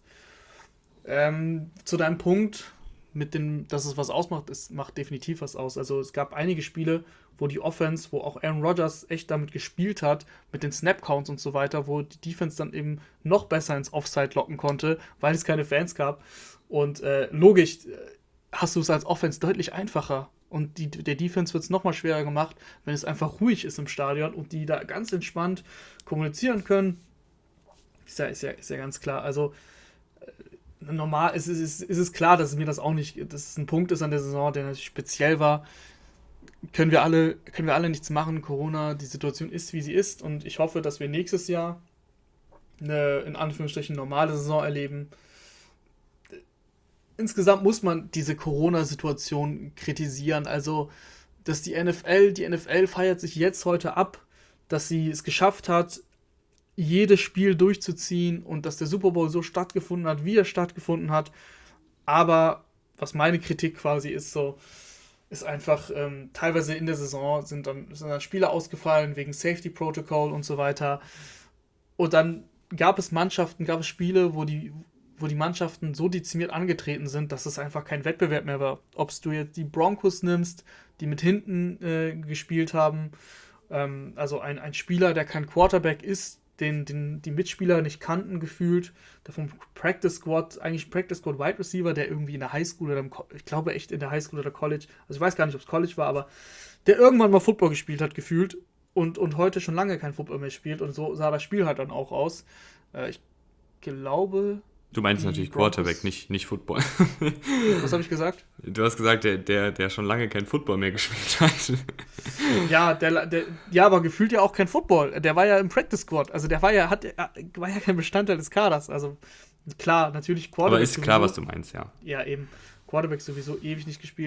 Ähm, zu deinem Punkt, mit dem, dass es was ausmacht, es macht definitiv was aus. Also es gab einige Spiele, wo die Offense, wo auch Aaron Rodgers echt damit gespielt hat, mit den Snap-Counts und so weiter, wo die Defense dann eben noch besser ins Offside locken konnte, weil es keine Fans gab. Und äh, logisch hast du es als Offense deutlich einfacher. Und die, der Defense wird es nochmal schwerer gemacht, wenn es einfach ruhig ist im Stadion und die da ganz entspannt kommunizieren können. Ist ja, ist ja, ist ja ganz klar. Also normal ist, ist, ist es klar, dass mir das auch nicht, dass es ein Punkt ist an der Saison, der natürlich speziell war. Können wir alle, können wir alle nichts machen. Corona, die Situation ist, wie sie ist. Und ich hoffe, dass wir nächstes Jahr eine, in Anführungsstrichen, normale Saison erleben. Insgesamt muss man diese Corona-Situation kritisieren. Also, dass die N F L, die N F L feiert sich jetzt heute ab, dass sie es geschafft hat, jedes Spiel durchzuziehen und dass der Super Bowl so stattgefunden hat, wie er stattgefunden hat. Aber was meine Kritik quasi ist, so ist einfach, ähm, teilweise in der Saison sind dann, sind dann Spieler ausgefallen wegen Safety Protocol und so weiter. Und dann gab es Mannschaften, gab es Spiele, wo die, wo die Mannschaften so dezimiert angetreten sind, dass es einfach kein Wettbewerb mehr war. Ob du jetzt die Broncos nimmst, die mit hinten äh, gespielt haben, ähm, also ein, ein Spieler, der kein Quarterback ist, den, den die Mitspieler nicht kannten, gefühlt, der vom Practice Squad, eigentlich Practice Squad Wide Receiver, der irgendwie in der Highschool oder im, ich glaube echt in der Highschool oder College, also ich weiß gar nicht, ob es College war, aber der irgendwann mal Football gespielt hat, gefühlt, und, und heute schon lange kein Football mehr spielt, und so sah das Spiel halt dann auch aus. Äh, ich glaube... Du meinst die natürlich Broncos- Quarterback, nicht, nicht Football. Was habe ich gesagt? Du hast gesagt, der, der, der schon lange kein Football mehr gespielt hat. Ja, der, der, ja, aber gefühlt ja auch kein Football. Der war ja im Practice Squad. Also der war ja, hat, war ja kein Bestandteil des Kaders. Also klar, natürlich Quarterback. Aber ist klar, sowieso. was du meinst, ja. Ja, eben. Quarterback sowieso ewig nicht gespielt.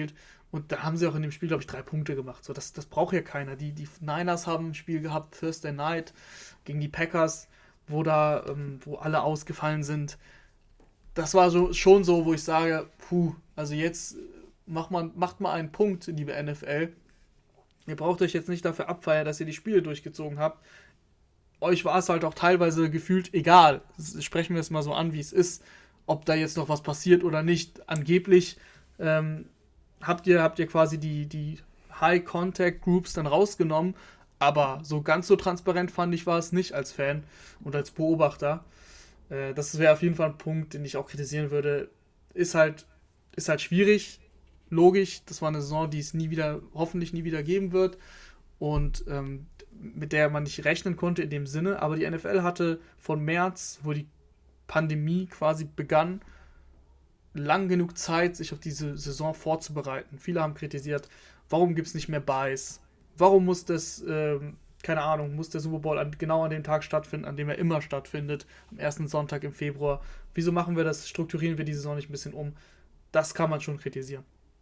Und da haben sie auch in dem Spiel, glaube ich, drei Punkte gemacht. So, das, das braucht ja keiner. Die, die Niners haben ein Spiel gehabt, Thursday Night, gegen die Packers, wo da, ähm, wo alle ausgefallen sind. Das war so, schon so, wo ich sage, puh, also jetzt macht man, macht mal einen Punkt, liebe N F L. Ihr braucht euch jetzt nicht dafür abfeiern, dass ihr die Spiele durchgezogen habt. Euch war es halt auch teilweise gefühlt egal. Sprechen wir es mal so an, wie es ist, ob da jetzt noch was passiert oder nicht. Angeblich ähm, habt ihr, habt ihr quasi die, die High-Contact-Groups dann rausgenommen, aber so ganz so transparent fand ich war es nicht als Fan und als Beobachter. Äh, das wäre auf jeden Fall ein Punkt, den ich auch kritisieren würde. Ist halt, ist halt schwierig, logisch. Das war eine Saison, die es nie wieder, hoffentlich nie wieder geben wird und ähm, mit der man nicht rechnen konnte in dem Sinne. Aber die N F L hatte von März, wo die Pandemie quasi begann, lang genug Zeit, sich auf diese Saison vorzubereiten. Viele haben kritisiert, warum gibt es nicht mehr Buys? Warum muss das, ähm, keine Ahnung, muss der Super Bowl an, genau an dem Tag stattfinden, an dem er immer stattfindet, am ersten Sonntag im Februar? Wieso machen wir das, strukturieren wir die Saison nicht ein bisschen um? Das kann man schon kritisieren.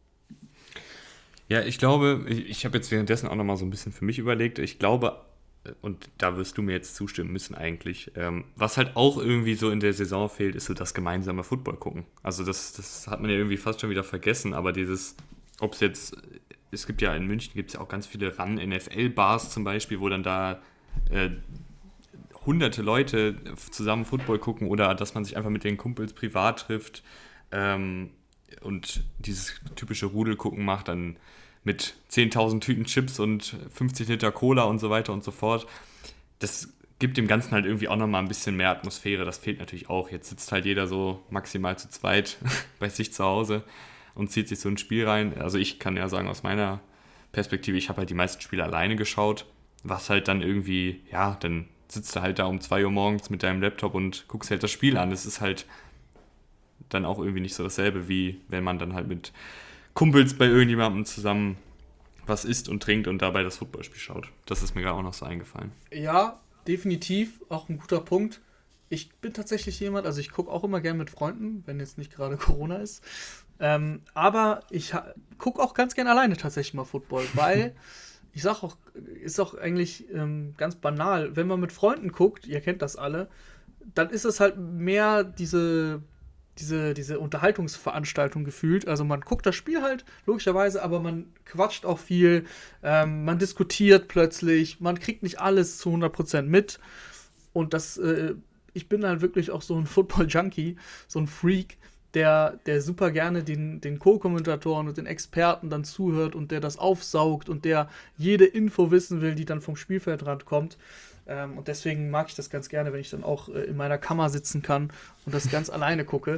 Ja, ich glaube, ich, ich habe jetzt währenddessen auch nochmal so ein bisschen für mich überlegt, ich glaube, und da wirst du mir jetzt zustimmen müssen eigentlich, ähm, was halt auch irgendwie so in der Saison fehlt, ist so das gemeinsame Football gucken. Also das, das hat man ja irgendwie fast schon wieder vergessen, aber dieses, ob es jetzt, es gibt ja in München, gibt es ja auch ganz viele Run-N F L-Bars zum Beispiel, wo dann da äh, hunderte Leute zusammen Football gucken oder dass man sich einfach mit den Kumpels privat trifft, ähm, und dieses typische Rudelgucken macht, dann mit zehntausend Tüten Chips und fünfzig Liter Cola und so weiter und so fort. Das gibt dem Ganzen halt irgendwie auch nochmal ein bisschen mehr Atmosphäre. Das fehlt natürlich auch. Jetzt sitzt halt jeder so maximal zu zweit bei sich zu Hause und zieht sich so ein Spiel rein. Also ich kann ja sagen, aus meiner Perspektive, ich habe halt die meisten Spiele alleine geschaut, was halt dann irgendwie, ja, dann sitzt du halt da um zwei Uhr morgens mit deinem Laptop und guckst halt das Spiel an. Das ist halt dann auch irgendwie nicht so dasselbe, wie wenn man dann halt mit Kumpels bei irgendjemandem zusammen was isst und trinkt und dabei das Footballspiel schaut. Das ist mir gerade auch noch so eingefallen. Ja, definitiv, auch ein guter Punkt. Ich bin tatsächlich jemand, also ich gucke auch immer gerne mit Freunden, wenn jetzt nicht gerade Corona ist. Ähm, aber ich ha- gucke auch ganz gerne alleine tatsächlich mal Football, weil ich sag auch, ist auch eigentlich ähm, ganz banal, wenn man mit Freunden guckt, ihr kennt das alle, dann ist es halt mehr diese diese, diese Unterhaltungsveranstaltung gefühlt. Also man guckt das Spiel halt, logischerweise, aber man quatscht auch viel, ähm, man diskutiert plötzlich, man kriegt nicht alles zu hundert Prozent mit. Und das, äh, ich bin halt wirklich auch so ein Football-Junkie, so ein Freak, der, der super gerne den, den Co-Kommentatoren und den Experten dann zuhört und der das aufsaugt und der jede Info wissen will, die dann vom Spielfeldrand kommt. Ähm, und deswegen mag ich das ganz gerne, wenn ich dann auch äh, in meiner Kammer sitzen kann und das ganz alleine gucke.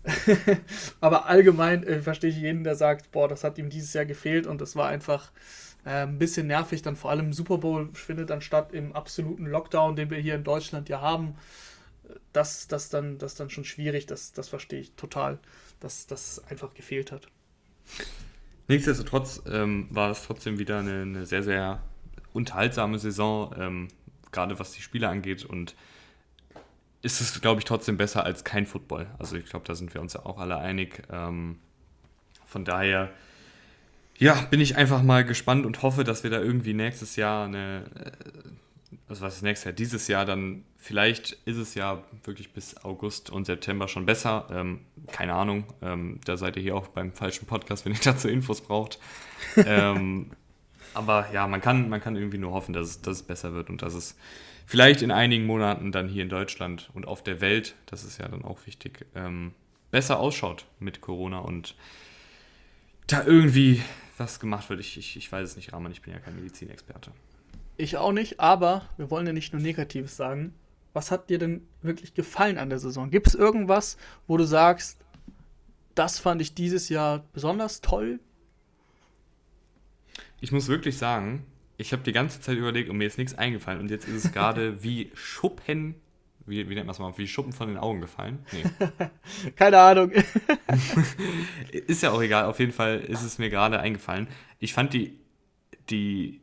Aber allgemein äh, verstehe ich jeden, der sagt, boah, das hat ihm dieses Jahr gefehlt und das war einfach äh, ein bisschen nervig. Dann vor allem Super Bowl findet dann statt im absoluten Lockdown, den wir hier in Deutschland ja haben. Das, das, dann, das dann schon schwierig, das, das verstehe ich total, dass das einfach gefehlt hat. Nichtsdestotrotz ähm, war es trotzdem wieder eine, eine sehr, sehr unterhaltsame Saison, ähm, gerade was die Spiele angeht, und ist es, glaube ich, trotzdem besser als kein Football. Also ich glaube, da sind wir uns ja auch alle einig. Ähm, von daher, ja, bin ich einfach mal gespannt und hoffe, dass wir da irgendwie nächstes Jahr eine, also was ist nächstes Jahr, dieses Jahr dann, vielleicht ist es ja wirklich bis August und September schon besser. Ähm, keine Ahnung, ähm, da seid ihr hier auch beim falschen Podcast, wenn ihr dazu Infos braucht. ähm, Aber ja, man kann, man kann irgendwie nur hoffen, dass es, dass es besser wird und dass es vielleicht in einigen Monaten dann hier in Deutschland und auf der Welt, das ist ja dann auch wichtig, ähm, besser ausschaut mit Corona und da irgendwie was gemacht wird. Ich, ich, ich weiß es nicht, Rahman, ich bin ja kein Medizinexperte. Ich auch nicht, aber wir wollen ja nicht nur Negatives sagen. Was hat dir denn wirklich gefallen an der Saison? Gibt es irgendwas, wo du sagst, das fand ich dieses Jahr besonders toll? Ich muss wirklich sagen, ich habe die ganze Zeit überlegt und mir ist nichts eingefallen und jetzt ist es gerade wie Schuppen, wie, wie nennt man es mal, wie Schuppen von den Augen gefallen. Nee. Keine Ahnung. Ist ja auch egal, auf jeden Fall ist es mir gerade eingefallen. Ich fand die, die,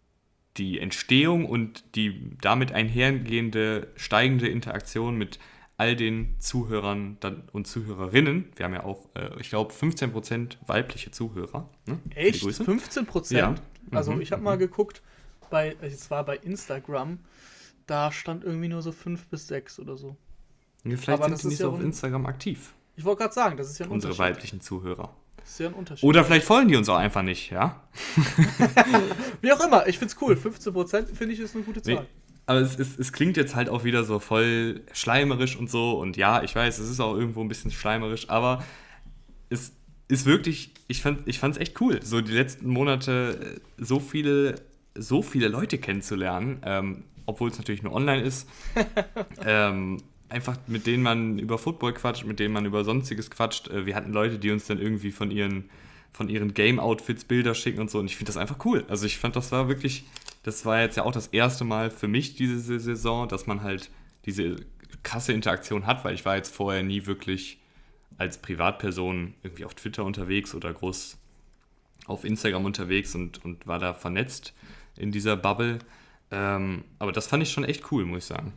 die Entstehung und die damit einhergehende steigende Interaktion mit all den Zuhörern dann, und Zuhörerinnen. Wir haben ja auch, äh, ich glaube, fünfzehn Prozent weibliche Zuhörer. Ne? Echt? fünfzehn Prozent? Ja. Also Mhm. ich habe mal geguckt, bei, es war bei Instagram, da stand irgendwie nur so fünf bis sechs oder so. Ja, vielleicht Aber sind das die ist nicht ja so auf un- Instagram aktiv, Ich wollte gerade sagen, das ist ja ein unsere Unterschied. weiblichen Zuhörer. Das ist ja ein Unterschied. Oder vielleicht folgen die uns auch einfach nicht, ja? Wie auch immer, ich find's cool. fünfzehn Prozent finde ich ist eine gute Nee, Zahl. aber es, es, es klingt jetzt halt auch wieder so voll schleimerisch und so. Und ja, ich weiß, es ist auch irgendwo ein bisschen schleimerisch, aber es ist wirklich, ich fand ich fand's echt cool, so die letzten Monate äh, so viele, so viele Leute kennenzulernen, ähm, obwohl es natürlich nur online ist. ähm, einfach mit denen man über Football quatscht, mit denen man über Sonstiges quatscht. Äh, wir hatten Leute, die uns dann irgendwie von ihren, von ihren Game-Outfits Bilder schicken und so. Und ich finde das einfach cool. Also ich fand, das war wirklich, das war jetzt ja auch das erste Mal für mich diese Saison, dass man halt diese krasse Interaktion hat, weil ich war jetzt vorher nie wirklich als Privatperson irgendwie auf Twitter unterwegs oder groß auf Instagram unterwegs und, und war da vernetzt in dieser Bubble. Ähm, aber das fand ich schon echt cool, muss ich sagen.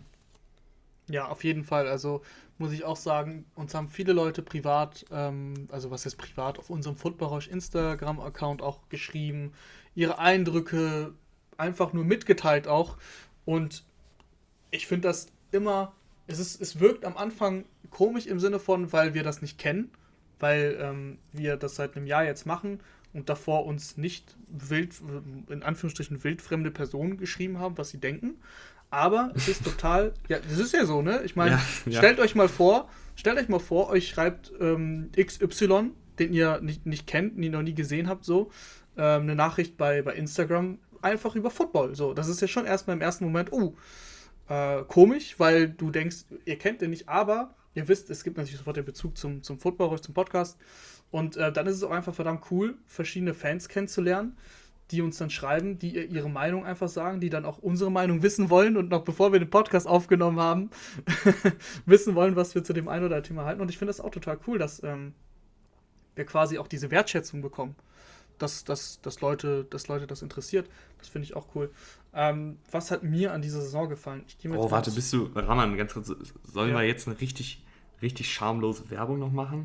Ja, auf jeden Fall. Also muss ich auch sagen, uns haben viele Leute privat, ähm, also was heißt privat, auf unserem Footballrausch Instagram-Account auch geschrieben, ihre Eindrücke einfach nur mitgeteilt auch. Und ich finde das immer, es ist, es wirkt am Anfang komisch im Sinne von, weil wir das nicht kennen, weil ähm, wir das seit einem Jahr jetzt machen und davor uns nicht wild, in Anführungsstrichen wildfremde Personen geschrieben haben, was sie denken. Aber es ist total, ja, das ist ja so, ne? Ich meine, Ja, ja. stellt euch mal vor, stellt euch mal vor, euch schreibt ähm, X Y, den ihr nicht, nicht kennt, den ihr noch nie gesehen habt, so, ähm, eine Nachricht bei, bei Instagram, einfach über Football. So, das ist ja schon erstmal im ersten Moment, uh, äh, komisch, weil du denkst, ihr kennt den nicht, aber ihr wisst, es gibt natürlich sofort den Bezug zum, zum Football, zum Podcast. Und äh, dann ist es auch einfach verdammt cool, verschiedene Fans kennenzulernen, die uns dann schreiben, die ihr ihre Meinung einfach sagen, die dann auch unsere Meinung wissen wollen und noch bevor wir den Podcast aufgenommen haben, wissen wollen, was wir zu dem einen oder anderen Thema halten. Und ich finde das auch total cool, dass ähm, wir quasi auch diese Wertschätzung bekommen, dass, dass, dass, Leute, dass Leute das interessiert. Das finde ich auch cool. Ähm, was hat mir an dieser Saison gefallen? Ich gehe mit Oh, warte, raus. bist du, Raman, ganz kurz, sollen Ja. wir jetzt eine richtig, richtig schamlose Werbung noch machen?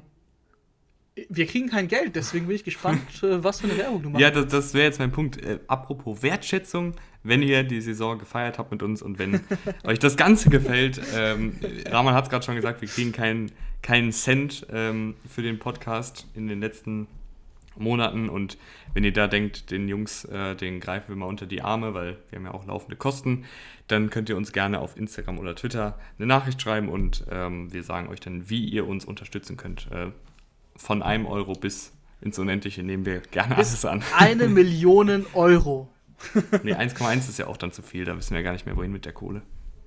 Wir kriegen kein Geld, deswegen bin ich gespannt, äh, was für eine Werbung du machst. Ja, das, das wäre jetzt mein Punkt. Äh, apropos Wertschätzung, wenn ihr die Saison gefeiert habt mit uns und wenn euch das Ganze gefällt, ähm, Rahman hat es gerade schon gesagt, wir kriegen keinen keinen Cent ähm, für den Podcast in den letzten Monaten und wenn ihr da denkt, den Jungs, äh, den greifen wir mal unter die Arme, weil wir haben ja auch laufende Kosten, dann könnt ihr uns gerne auf Instagram oder Twitter eine Nachricht schreiben und ähm, wir sagen euch dann, wie ihr uns unterstützen könnt. Äh, von einem Euro bis ins Unendliche nehmen wir gerne alles an. Eine Million Euro. Nee, eins Komma eins ist ja auch dann zu viel, da wissen wir gar nicht mehr, wohin mit der Kohle.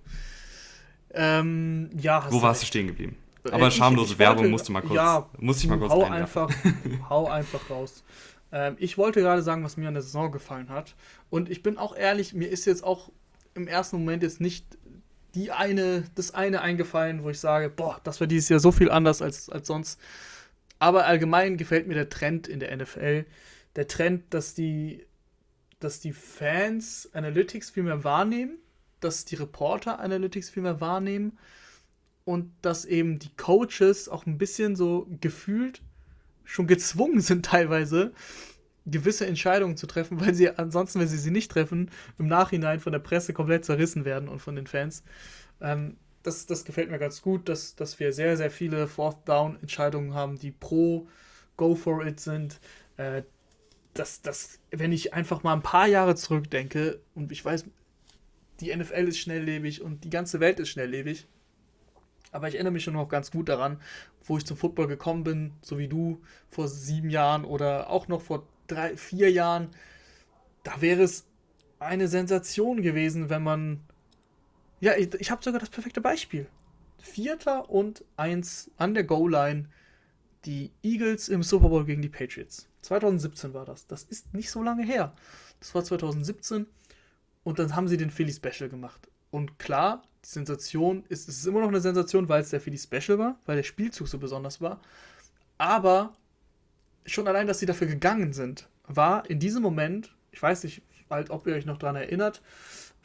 Ähm, ja, hast Wo du warst du recht. stehen geblieben? Äh, Aber ich- schamlose ich Werbung wollte- musst du mal kurz, ja, musste ich mal kurz hau einwerfen. einfach, hau einfach raus. Ähm, ich wollte gerade sagen, was mir an der Saison gefallen hat. Und ich bin auch ehrlich, mir ist jetzt auch im ersten Moment jetzt nicht die eine, das eine eingefallen, wo ich sage, boah, das war dieses Jahr so viel anders als, als sonst. Aber allgemein gefällt mir der Trend in der N F L. Der Trend, dass die, dass die Fans Analytics viel mehr wahrnehmen, dass die Reporter Analytics viel mehr wahrnehmen und dass eben die Coaches auch ein bisschen so gefühlt schon gezwungen sind teilweise, gewisse Entscheidungen zu treffen, weil sie ansonsten, wenn sie sie nicht treffen, im Nachhinein von der Presse komplett zerrissen werden und von den Fans. Ähm, das, das gefällt mir ganz gut, dass, dass wir sehr, sehr viele Fourth-Down-Entscheidungen haben, die pro Go for it sind. Äh, dass, dass, wenn ich einfach mal ein paar Jahre zurückdenke und ich weiß, die N F L ist schnelllebig und die ganze Welt ist schnelllebig, aber ich erinnere mich schon noch ganz gut daran, wo ich zum Football gekommen bin, so wie du, vor sieben Jahren oder auch noch vor drei, vier Jahren. Da wäre es eine Sensation gewesen, wenn man... Ja, ich, ich habe sogar das perfekte Beispiel. Vierter und eins an der Goal-Line, die Eagles im Super Bowl gegen die Patriots. zwanzig siebzehn war das. Das ist nicht so lange her. Das war zwanzig siebzehn und dann haben sie den Philly Special gemacht. Und klar, die Sensation ist, es ist immer noch eine Sensation, weil es der Philly Special war, weil der Spielzug so besonders war. Aber schon allein, dass sie dafür gegangen sind, war in diesem Moment, ich weiß nicht, halt, ob ihr euch noch daran erinnert,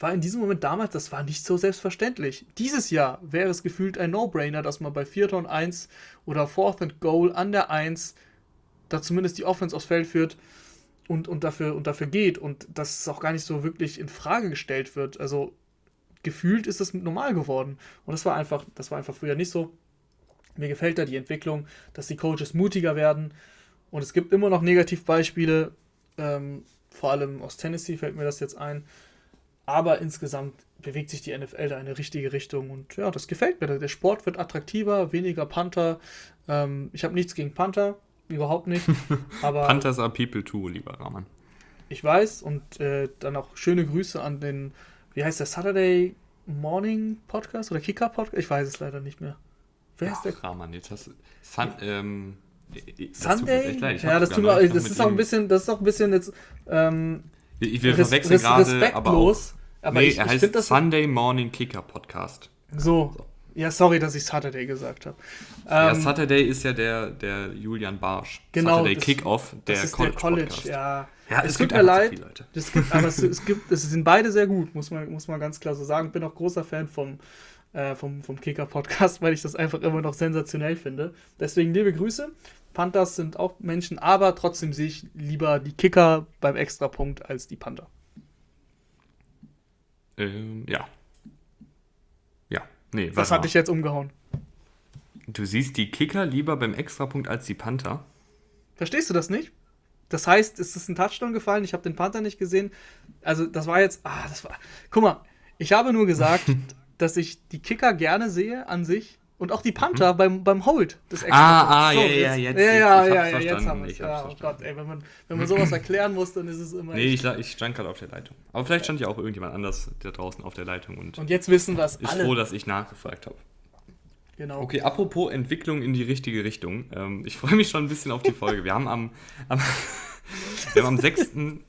war in diesem Moment damals, das war nicht so selbstverständlich. Dieses Jahr wäre es gefühlt ein No-Brainer, dass man bei Vierter und Eins oder Fourth and Goal an der Eins da zumindest die Offense aufs Feld führt und, und, dafür, und dafür geht und dass es auch gar nicht so wirklich in Frage gestellt wird. Also gefühlt ist es normal geworden. Und das war einfach, das war einfach früher nicht so. Mir gefällt da die Entwicklung, dass die Coaches mutiger werden. Und es gibt immer noch Negativbeispiele, ähm, vor allem aus Tennessee fällt mir das jetzt ein. Aber insgesamt bewegt sich die N F L da in eine richtige Richtung. Und ja, das gefällt mir. Der Sport wird attraktiver, weniger Panther. Ähm, ich habe nichts gegen Panther, überhaupt nicht. Aber Panthers are people too, lieber Rahman. Ich weiß. Und äh, dann auch schöne Grüße an den, wie heißt der, Saturday Morning Podcast oder Kicker Podcast? Ich weiß es leider nicht mehr. Wer ja, ist der? Rahman, jetzt hast du... Sun, ähm, das Sunday? Leid, ja, das tut mir das ist auch ein bisschen, das ist auch ein bisschen jetzt ähm, ich will verwechseln gerade, aber auch, aber nee, ich, er ich heißt das Sunday Morning Kicker Podcast. So. so. Ja, sorry, dass ich Saturday gesagt habe. Ja, ähm, Saturday ist ja der, der Julian Barsch. Genau. Saturday das, Kickoff, der das ist College, der College Podcast. Ja. Ja, es, es tut gibt mir leid. Viele Leute. Das gibt, aber es, es gibt, es sind beide sehr gut, muss man, muss man ganz klar so sagen. Bin auch großer Fan vom, äh, vom, vom Kicker-Podcast, weil ich das einfach immer noch sensationell finde. Deswegen liebe Grüße. Panthers sind auch Menschen, aber trotzdem sehe ich lieber die Kicker beim Extrapunkt als die Panther. Ähm, ja. Ja, nee. Was hat dich jetzt umgehauen? Du siehst die Kicker lieber beim Extrapunkt als die Panther? Verstehst du das nicht? Das heißt, es ist ein Touchdown gefallen, ich habe den Panther nicht gesehen. Also das war jetzt, ah, das war, guck mal, ich habe nur gesagt, dass ich die Kicker gerne sehe an sich und auch die Panther hm? beim, beim Hold des Extrapunkts. Ah, ah, so, ja, ja, jetzt. Ja, ja, ja, ja, jetzt haben wir es. Ja, oh Gott, ey, wenn man, wenn man sowas erklären muss, dann ist es immer... Nee, ich, ich stand gerade auf der Leitung. Aber vielleicht stand ja auch irgendjemand anders da draußen auf der Leitung und... Und jetzt wissen wir es ist alle. froh, dass ich nachgefragt habe. Genau. Okay, apropos Entwicklung in die richtige Richtung. Ähm, ich freue mich schon ein bisschen auf die Folge. Wir haben am, am, wir haben am sechsten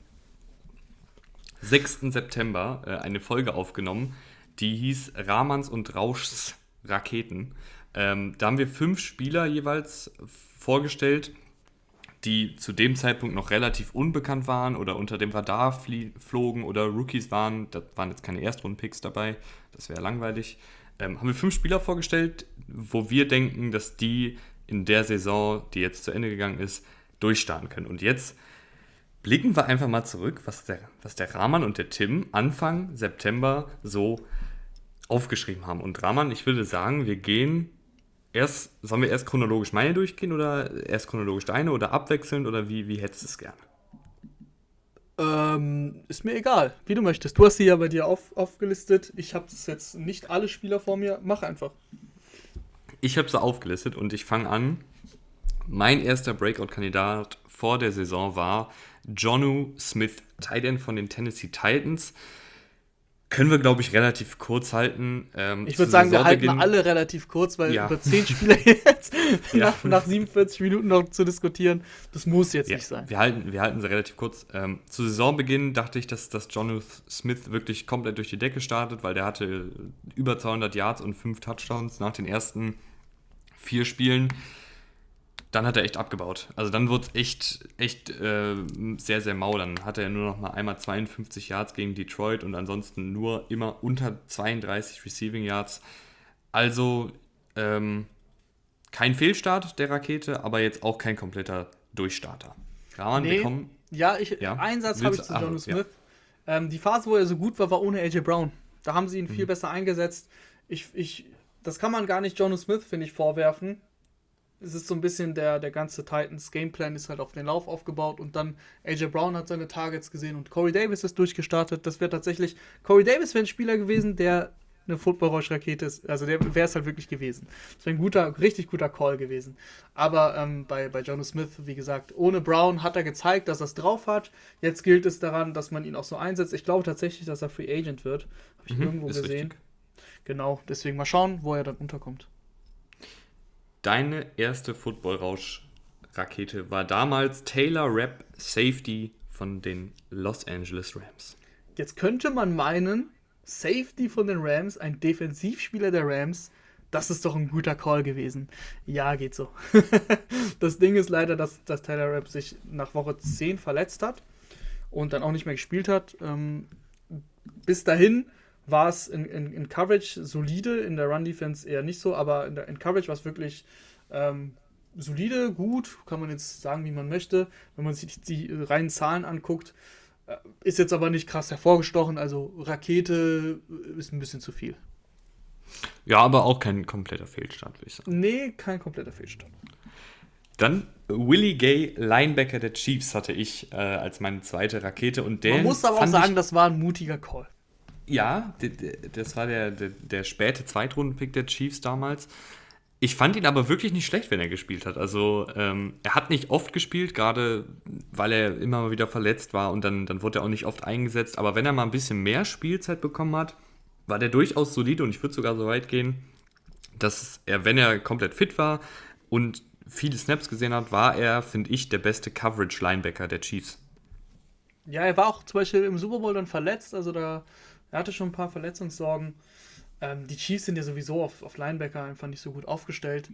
September äh, eine Folge aufgenommen, die hieß Rahmans und Rauschs Raketen. Ähm, da haben wir fünf Spieler jeweils vorgestellt, die zu dem Zeitpunkt noch relativ unbekannt waren oder unter dem Radar flie- flogen oder Rookies waren. Da waren jetzt keine Erstrunden-Picks dabei, das wäre langweilig. Ähm, haben wir fünf Spieler vorgestellt, wo wir denken, dass die in der Saison, die jetzt zu Ende gegangen ist, durchstarten können. Und jetzt blicken wir einfach mal zurück, was der, was der Rahman und der Tim Anfang September so aufgeschrieben haben. Und Rahman, ich würde sagen, wir gehen erst, sollen wir erst chronologisch meine durchgehen oder erst chronologisch deine oder abwechselnd oder wie, wie hättest du es gerne? Ähm, ist mir egal, wie du möchtest. Du hast sie ja bei dir auf, aufgelistet. Ich habe das jetzt nicht alle Spieler vor mir. Mach einfach. Ich habe sie aufgelistet und ich fange an. Mein erster Breakout-Kandidat vor der Saison war Jonnu Smith, Tight End von den Tennessee Titans. Können wir, glaube ich, relativ kurz halten. Ähm, ich würde sagen, wir halten alle relativ kurz, weil ja. über zehn Spieler jetzt ja. nach, nach siebenundvierzig Minuten noch zu diskutieren, das muss jetzt ja. nicht sein. Wir halten, wir halten sie relativ kurz. Ähm, zu Saisonbeginn dachte ich, dass, dass Jonnu Smith wirklich komplett durch die Decke startet, weil der hatte über zweihundert Yards und fünf Touchdowns nach den ersten vier Spielen. Dann hat er echt abgebaut. Also dann wurde es echt, echt äh, sehr, sehr mau. Dann hatte er nur noch mal einmal zweiundfünfzig Yards gegen Detroit und ansonsten nur immer unter zweiunddreißig Receiving Yards. Also ähm, kein Fehlstart der Rakete, aber jetzt auch kein kompletter Durchstarter. Rahman, nee, wir kommen... Ja, ich, ja. einen Satz habe ich zu Jonnu Smith. Ja. Ähm, die Phase, wo er so gut war, war ohne A J Brown. Da haben sie ihn mhm. viel besser eingesetzt. Ich, ich, das kann man gar nicht Jonnu Smith, finde ich, vorwerfen. Es ist so ein bisschen der, der ganze Titans Gameplan ist halt auf den Lauf aufgebaut und dann A J Brown hat seine Targets gesehen und Corey Davis ist durchgestartet. Das wäre tatsächlich, Corey Davis wäre ein Spieler gewesen, der eine Football-Rausch-Rakete ist. Also der wäre es halt wirklich gewesen. Das wäre ein guter, richtig guter Call gewesen. Aber ähm, bei, bei Jonnu Smith, wie gesagt, ohne Brown hat er gezeigt, dass er es drauf hat. Jetzt gilt es daran, dass man ihn auch so einsetzt. Ich glaube tatsächlich, dass er Free Agent wird. Habe ich mhm, irgendwo gesehen. Richtig. Genau, deswegen mal schauen, wo er dann unterkommt. Deine erste Football-Rausch-Rakete war damals Taylor Rapp, Safety von den Los Angeles Rams. Jetzt könnte man meinen, Safety von den Rams, ein Defensivspieler der Rams, das ist doch ein guter Call gewesen. Ja, geht so. Das Ding ist leider, dass, dass Taylor Rapp sich nach Woche zehn verletzt hat und dann auch nicht mehr gespielt hat. Ähm, bis dahin war es in, in, in Coverage solide, in der Run-Defense eher nicht so, aber in, der, in Coverage war es wirklich ähm, solide, gut, kann man jetzt sagen, wie man möchte. Wenn man sich die reinen Zahlen anguckt, äh, ist jetzt aber nicht krass hervorgestochen, also Rakete ist ein bisschen zu viel. Ja, aber auch kein kompletter Fehlstart, würde ich sagen. Nee, kein kompletter Fehlstart. Dann Willie Gay, Linebacker der Chiefs, hatte ich äh, als meine zweite Rakete. Und der Man muss aber auch sagen, ich, das war ein mutiger Call. Ja, d- d- das war der, der, der späte Zweitrunden-Pick der Chiefs damals. Ich fand ihn aber wirklich nicht schlecht, wenn er gespielt hat. Also ähm, er hat nicht oft gespielt, gerade weil er immer mal wieder verletzt war und dann, dann wurde er auch nicht oft eingesetzt. Aber wenn er mal ein bisschen mehr Spielzeit bekommen hat, war der durchaus solide und ich würde sogar so weit gehen, dass er, wenn er komplett fit war und viele Snaps gesehen hat, war er, finde ich, der beste Coverage-Linebacker der Chiefs. Ja, er war auch zum Beispiel im Super Bowl dann verletzt, also da er hatte schon ein paar Verletzungssorgen. Ähm, die Chiefs sind ja sowieso auf, auf Linebacker einfach nicht so gut aufgestellt.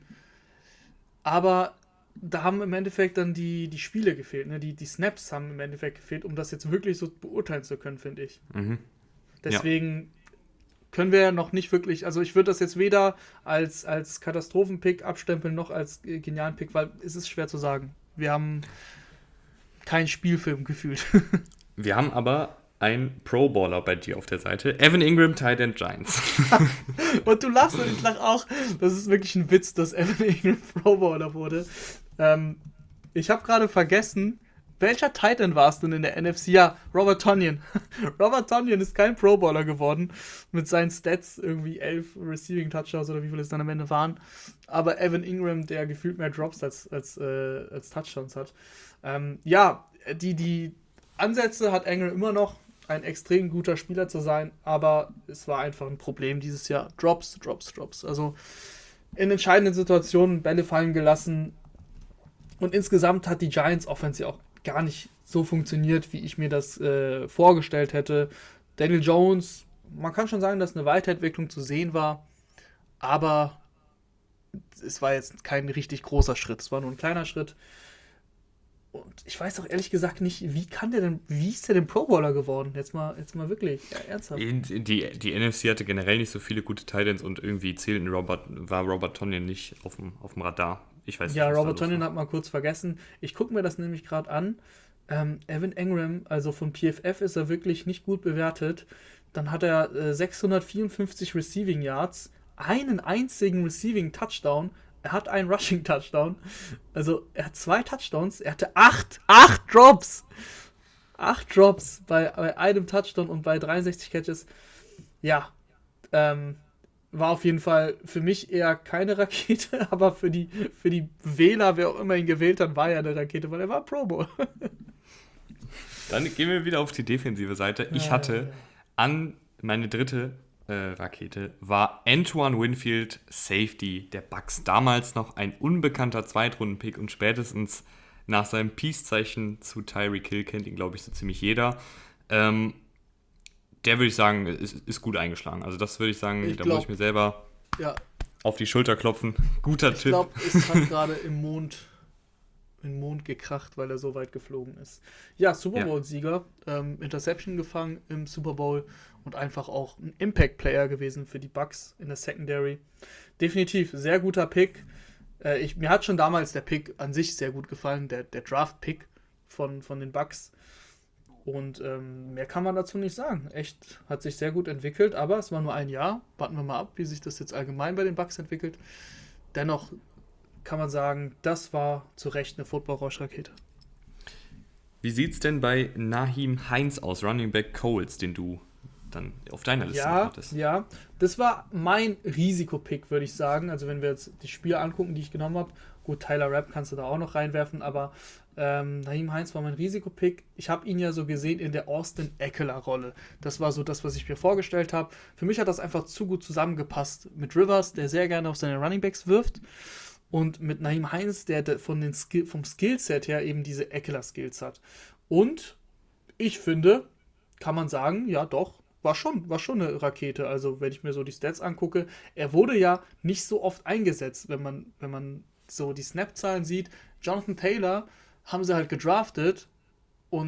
Aber da haben im Endeffekt dann die, die Spiele gefehlt, ne? Die, die Snaps haben im Endeffekt gefehlt, um das jetzt wirklich so beurteilen zu können, finde ich. Mhm. Deswegen ja. können wir ja noch nicht wirklich, also ich würde das jetzt weder als, als Katastrophenpick abstempeln, noch als äh, genialen Pick, weil es ist schwer zu sagen. Wir haben keinen Spielfilm gefühlt. Wir haben aber einen Pro-Baller bei dir auf der Seite. Evan Ingram, Tight End Giants. Und du lachst und ich lach auch. Das ist wirklich ein Witz, dass Evan Ingram Pro-Baller wurde. Ähm, ich habe gerade vergessen, welcher Tight End war es denn in der N F C? Ja, Robert Tonyan. Robert Tonyan ist kein Pro-Baller geworden. Mit seinen Stats irgendwie elf Receiving Touchdowns oder wie viele es dann am Ende waren. Aber Evan Ingram, der gefühlt mehr Drops als, als, äh, als Touchdowns hat. Ähm, ja, die, die Ansätze hat Ingram immer noch, ein extrem guter Spieler zu sein, aber es war einfach ein Problem dieses Jahr. Drops, Drops, Drops. Also in entscheidenden Situationen Bälle fallen gelassen und insgesamt hat die Giants Offense ja auch gar nicht so funktioniert, wie ich mir das äh, vorgestellt hätte. Daniel Jones, man kann schon sagen, dass eine Weiterentwicklung zu sehen war, aber es war jetzt kein richtig großer Schritt, es war nur ein kleiner Schritt. Und ich weiß auch ehrlich gesagt nicht, wie kann der denn, wie ist der denn Pro Bowler geworden? Jetzt mal, jetzt mal wirklich, ja, ernsthaft. Die, die N F C hatte generell nicht so viele gute Titans und irgendwie zählten Robert, war Robert Tonyan nicht auf dem, auf dem Radar. Ich weiß nicht, ja, Robert Tonyan hat man kurz vergessen. Ich gucke mir das nämlich gerade an. Ähm, Evan Ingram, also von P F F ist er wirklich nicht gut bewertet. Dann hat er äh, sechshundertvierundfünfzig Receiving Yards, einen einzigen Receiving Touchdown. Er hat einen Rushing Touchdown. Also er hat zwei Touchdowns. Er hatte acht, acht Drops. Acht Drops bei, bei einem Touchdown und bei dreiundsechzig Catches. Ja, ähm, war auf jeden Fall für mich eher keine Rakete, aber für die, für die Wähler, wer auch immer ihn gewählt hat, war ja eine Rakete, weil er war Pro Bowl. Dann gehen wir wieder auf die defensive Seite. Ich hatte an meine dritte äh, Rakete war Antoine Winfield, Safety der Bucks. Damals noch ein unbekannter Zweitrunden-Pick und spätestens nach seinem Peace-Zeichen zu Tyreek Hill kennt ihn, glaube ich, so ziemlich jeder. Ähm, der würde ich sagen, ist, ist gut eingeschlagen. Also das würde ich sagen, ich da glaub, muss ich mir selber ja. auf die Schulter klopfen. Guter ich Tipp. Ich glaube, es hat gerade im Mond, im Mond gekracht, weil er so weit geflogen ist. Ja, Super Bowl-Sieger, ja. ähm, Interception gefangen im Super Bowl und einfach auch ein Impact-Player gewesen für die Bucks in der Secondary. Definitiv, sehr guter Pick. Äh, ich, mir hat schon damals der Pick an sich sehr gut gefallen, der, der Draft-Pick von, von den Bucks. Und ähm, mehr kann man dazu nicht sagen. Echt, hat sich sehr gut entwickelt, aber es war nur ein Jahr. Warten wir mal ab, wie sich das jetzt allgemein bei den Bucks entwickelt. Dennoch kann man sagen, das war zu Recht eine Football-Rausch-Rakete. Wie sieht es denn bei Nyheim Hines aus, Running Back Coles, den du dann auf deiner Liste ja, hattest? Ja, das war mein Risikopick, würde ich sagen. Also wenn wir jetzt die Spiele angucken, die ich genommen habe, gut, Tyler Rapp kannst du da auch noch reinwerfen, aber ähm, Nyheim Hines war mein Risikopick. Ich habe ihn ja so gesehen in der Austin Ekeler-Rolle. Das war so das, was ich mir vorgestellt habe. Für mich hat das einfach zu gut zusammengepasst mit Rivers, der sehr gerne auf seine Runningbacks wirft, und mit Nyheim Hines, der von den Skill, vom Skillset her eben diese Ekeler-Skills hat. Und ich finde, kann man sagen, ja doch, war schon, war schon eine Rakete. Also wenn ich mir so die Stats angucke, er wurde ja nicht so oft eingesetzt, wenn man, wenn man so die Snap-Zahlen sieht. Jonathan Taylor haben sie halt gedraftet und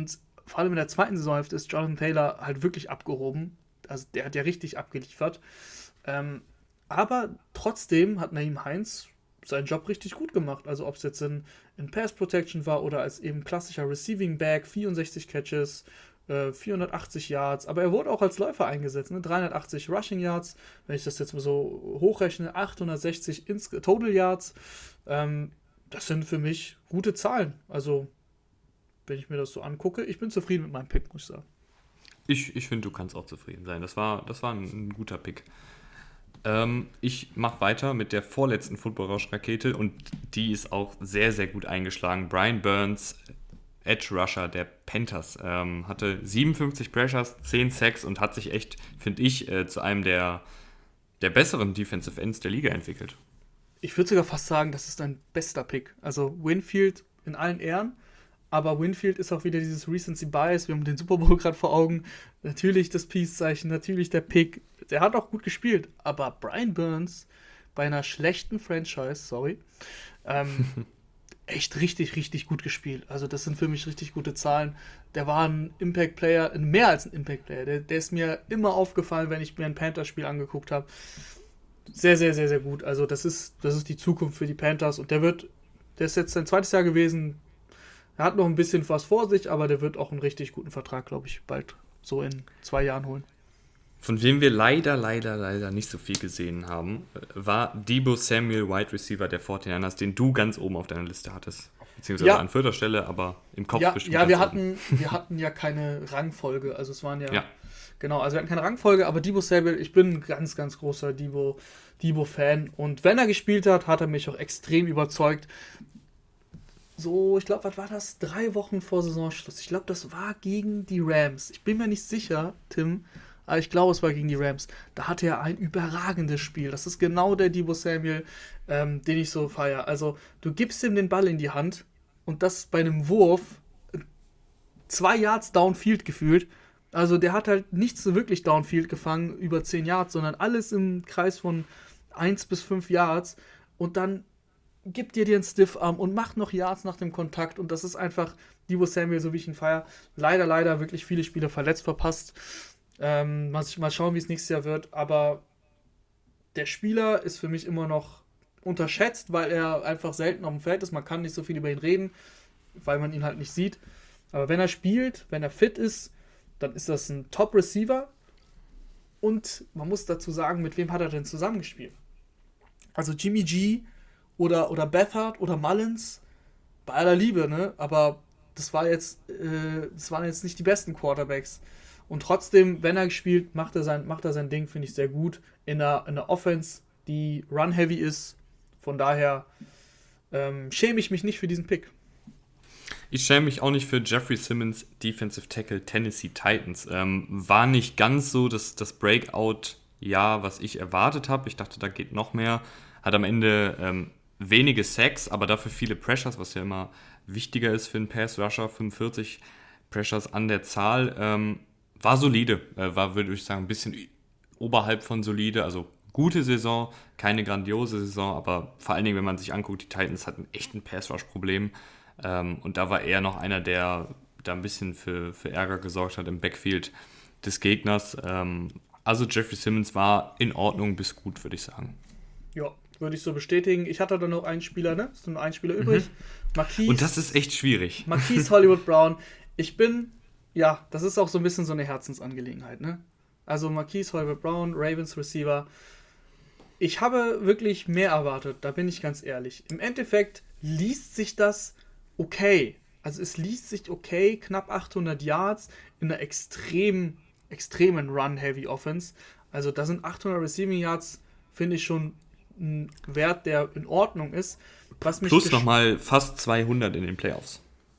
vor allem in der zweiten Saisonhälfte ist Jonathan Taylor halt wirklich abgehoben. Also der hat ja richtig abgeliefert. Ähm, aber trotzdem hat Nyheim Hines seinen Job richtig gut gemacht. Also ob es jetzt in, in Pass Protection war oder als eben klassischer Receiving Back, vierundsechzig Catches, äh, vierhundertachtzig Yards. Aber er wurde auch als Läufer eingesetzt, ne? dreihundertachtzig Rushing Yards, wenn ich das jetzt mal so hochrechne, achthundertsechzig Ins- Total Yards. Ähm, das sind für mich gute Zahlen. Also wenn ich mir das so angucke, ich bin zufrieden mit meinem Pick, muss ich sagen. Ich, ich finde, du kannst auch zufrieden sein. Das war, das war ein, ein guter Pick. Ähm, ich mache weiter mit der vorletzten Football-Rausch-Rakete und die ist auch sehr, sehr gut eingeschlagen. Brian Burns, Edge Rusher der Panthers, ähm, hatte siebenundfünfzig Pressures, zehn Sacks und hat sich echt, finde ich, äh, zu einem der, der besseren Defensive Ends der Liga entwickelt. Ich würde sogar fast sagen, das ist dein bester Pick. Also Winfield in allen Ehren, aber Winfield ist auch wieder dieses Recency Bias. Wir haben den Super Bowl gerade vor Augen. Natürlich das Peace-Zeichen, natürlich der Pick. Der hat auch gut gespielt, aber Brian Burns bei einer schlechten Franchise, sorry, ähm, echt richtig, richtig gut gespielt. Also das sind für mich richtig gute Zahlen. Der war ein Impact-Player, mehr als ein Impact-Player. Der, der ist mir immer aufgefallen, wenn ich mir ein Panthers-Spiel angeguckt habe. Sehr, sehr, sehr, sehr gut. Also das ist, das ist die Zukunft für die Panthers und der wird, der ist jetzt sein zweites Jahr gewesen. Er hat noch ein bisschen was vor sich, aber der wird auch einen richtig guten Vertrag, glaube ich, bald so in zwei Jahren holen. Von wem wir leider, leider, leider nicht so viel gesehen haben, war Deebo Samuel, Wide Receiver der forty-niners, den du ganz oben auf deiner Liste hattest. Beziehungsweise Ja. an vierter Stelle, aber im Kopf Ja, bestimmt. ja wir, ganz hatten, wir hatten ja keine Rangfolge. Also es waren ja, Ja. genau, also wir hatten keine Rangfolge, aber Deebo Samuel, ich bin ein ganz, ganz großer Deebo, Deebo-Fan. Und wenn er gespielt hat, hat er mich auch extrem überzeugt. So, ich glaube, was war das? Drei Wochen vor Saisonschluss. Ich glaube, das war gegen die Rams. Ich bin mir nicht sicher, Tim, aber ich glaube, es war gegen die Rams. Da hatte er ein überragendes Spiel. Das ist genau der Deebo Samuel, ähm, den ich so feiere. Also, du gibst ihm den Ball in die Hand und das bei einem Wurf zwei Yards downfield gefühlt. Also, der hat halt nichts so wirklich downfield gefangen, über zehn Yards, sondern alles im Kreis von eins bis fünf Yards. Und dann gibt dir den Stiffarm und macht noch Yards nach dem Kontakt und das ist einfach Deebo Samuel, so wie ich ihn feiere. Leider, leider wirklich viele Spiele verletzt verpasst. Ähm, mal, mal schauen, wie es nächstes Jahr wird, aber der Spieler ist für mich immer noch unterschätzt, weil er einfach selten auf dem Feld ist. Man kann nicht so viel über ihn reden, weil man ihn halt nicht sieht. Aber wenn er spielt, wenn er fit ist, dann ist das ein Top-Receiver und man muss dazu sagen, mit wem hat er denn zusammengespielt? Also Jimmy G Oder, oder Beathard oder Mullins, bei aller Liebe, ne? Aber das war jetzt, äh, das waren jetzt nicht die besten Quarterbacks. Und trotzdem, wenn er gespielt, macht er sein, macht er sein Ding, finde ich sehr gut. In einer, in einer Offense, die run-heavy ist. Von daher ähm, schäme ich mich nicht für diesen Pick. Ich schäme mich auch nicht für Jeffrey Simmons, Defensive Tackle Tennessee Titans. Ähm, war nicht ganz so das, das Breakout-Jahr, was ich erwartet habe. Ich dachte, da geht noch mehr. Hat am Ende ähm, wenige Sacks, aber dafür viele Pressures, was ja immer wichtiger ist für einen Pass-Rusher. fünfundvierzig Pressures an der Zahl. Ähm, war solide, äh, war, würde ich sagen, ein bisschen oberhalb von solide. Also gute Saison, keine grandiose Saison, aber vor allen Dingen, wenn man sich anguckt, die Titans hatten echt ein Pass-Rush-Problem. Ähm, und da war er noch einer, der da ein bisschen für, für Ärger gesorgt hat im Backfield des Gegners. Ähm, also Jeffrey Simmons war in Ordnung bis gut, würde ich sagen. Ja, würde ich so bestätigen. Ich hatte da noch einen Spieler, ne? Es ist nur ein Spieler übrig. Mhm. Marquise, Und das ist echt schwierig. Marquise Hollywood Brown. Ich bin, ja, das ist auch so ein bisschen so eine Herzensangelegenheit, ne? Also Marquise Hollywood Brown, Ravens Receiver. Ich habe wirklich mehr erwartet, da bin ich ganz ehrlich. Im Endeffekt liest sich das okay. Also es liest sich okay, knapp achthundert Yards in einer extrem, extremen Run-Heavy-Offense. Also da sind achthundert Receiving Yards, finde ich schon ein Wert, der in Ordnung ist. Was mich Plus gesch- nochmal fast zweihundert in den Playoffs.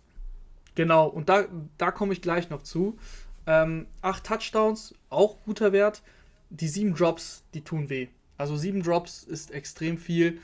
Genau, und da, da komme ich gleich noch zu. Ähm, acht Touchdowns, auch guter Wert. Die sieben Drops, die tun weh. Also sieben Drops ist extrem viel.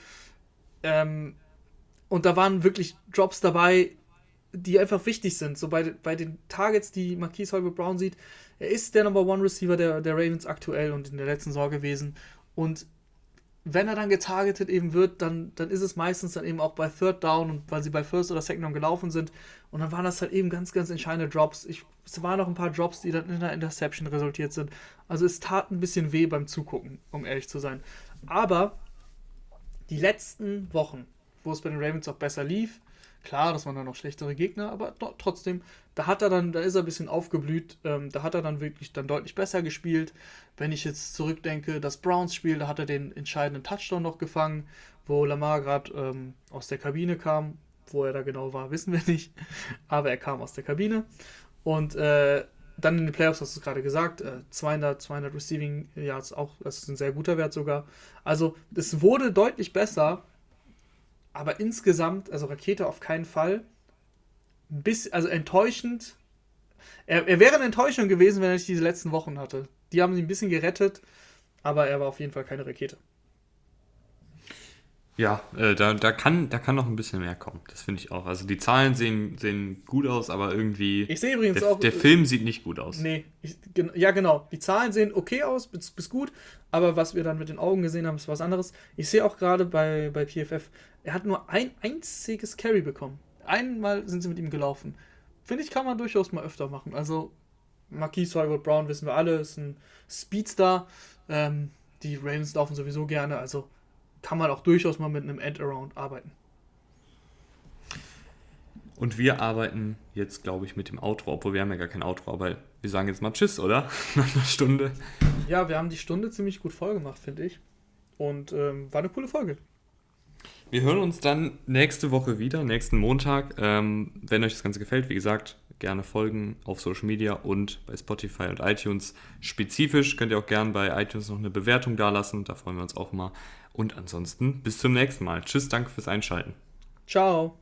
Ähm, und da waren wirklich Drops dabei, die einfach wichtig sind. So bei, bei den Targets, die Marquise Hollywood Brown sieht, er ist der Number One Receiver der, der Ravens aktuell und in der letzten Saison gewesen. Und wenn er dann getargetet eben wird, dann, dann ist es meistens dann eben auch bei Third Down, und weil sie bei First oder Second Down gelaufen sind. Und dann waren das halt eben ganz, ganz entscheidende Drops. Ich, es waren noch ein paar Drops, die dann in einer Interception resultiert sind. Also es tat ein bisschen weh beim Zugucken, um ehrlich zu sein. Aber die letzten Wochen, wo es bei den Ravens auch besser lief, klar, das waren dann noch schlechtere Gegner, aber do- trotzdem, da hat er dann, da ist er ein bisschen aufgeblüht, ähm, da hat er dann wirklich dann deutlich besser gespielt. Wenn ich jetzt zurückdenke, das Browns-Spiel, da hat er den entscheidenden Touchdown noch gefangen, wo Lamar gerade ähm, aus der Kabine kam. Wo er da genau war, wissen wir nicht, aber er kam aus der Kabine. Und äh, dann in den Playoffs, hast du es gerade gesagt, äh, zweihundert, zweihundert Receiving Yards, auch, das ist ein sehr guter Wert sogar. Also es wurde deutlich besser, aber insgesamt, also Rakete auf keinen Fall. Bis, also enttäuschend. Er, er wäre eine Enttäuschung gewesen, wenn er nicht diese letzten Wochen hatte. Die haben sie ein bisschen gerettet, aber er war auf jeden Fall keine Rakete. Ja, äh, da, da, kann, da kann noch ein bisschen mehr kommen. Das finde ich auch. Also die Zahlen sehen, sehen gut aus, aber irgendwie. Ich sehe übrigens der, auch. Der Film sieht nicht gut aus. Nee, ich, gen, ja genau. Die Zahlen sehen okay aus, bis, bis gut, aber was wir dann mit den Augen gesehen haben, ist was anderes. Ich sehe auch gerade bei, bei P F F, er hat nur ein einziges Carry bekommen. Einmal sind sie mit ihm gelaufen. Finde ich, kann man durchaus mal öfter machen. Also, Marquise Hollywood Brown wissen wir alle, ist ein Speedstar. Ähm, die Ravens laufen sowieso gerne, also kann man auch durchaus mal mit einem End-Around arbeiten. Und wir arbeiten jetzt, glaube ich, mit dem Outro, obwohl wir haben ja gar kein Outro, aber wir sagen jetzt mal Tschüss, oder? Nach einer Stunde. Ja, wir haben die Stunde ziemlich gut voll gemacht, finde ich. Und ähm, war eine coole Folge. Wir hören uns dann nächste Woche wieder, nächsten Montag. Ähm, wenn euch das Ganze gefällt, wie gesagt, gerne folgen auf Social Media und bei Spotify und iTunes. Spezifisch könnt ihr auch gerne bei iTunes noch eine Bewertung dalassen, da freuen wir uns auch immer. Und ansonsten bis zum nächsten Mal. Tschüss, danke fürs Einschalten. Ciao.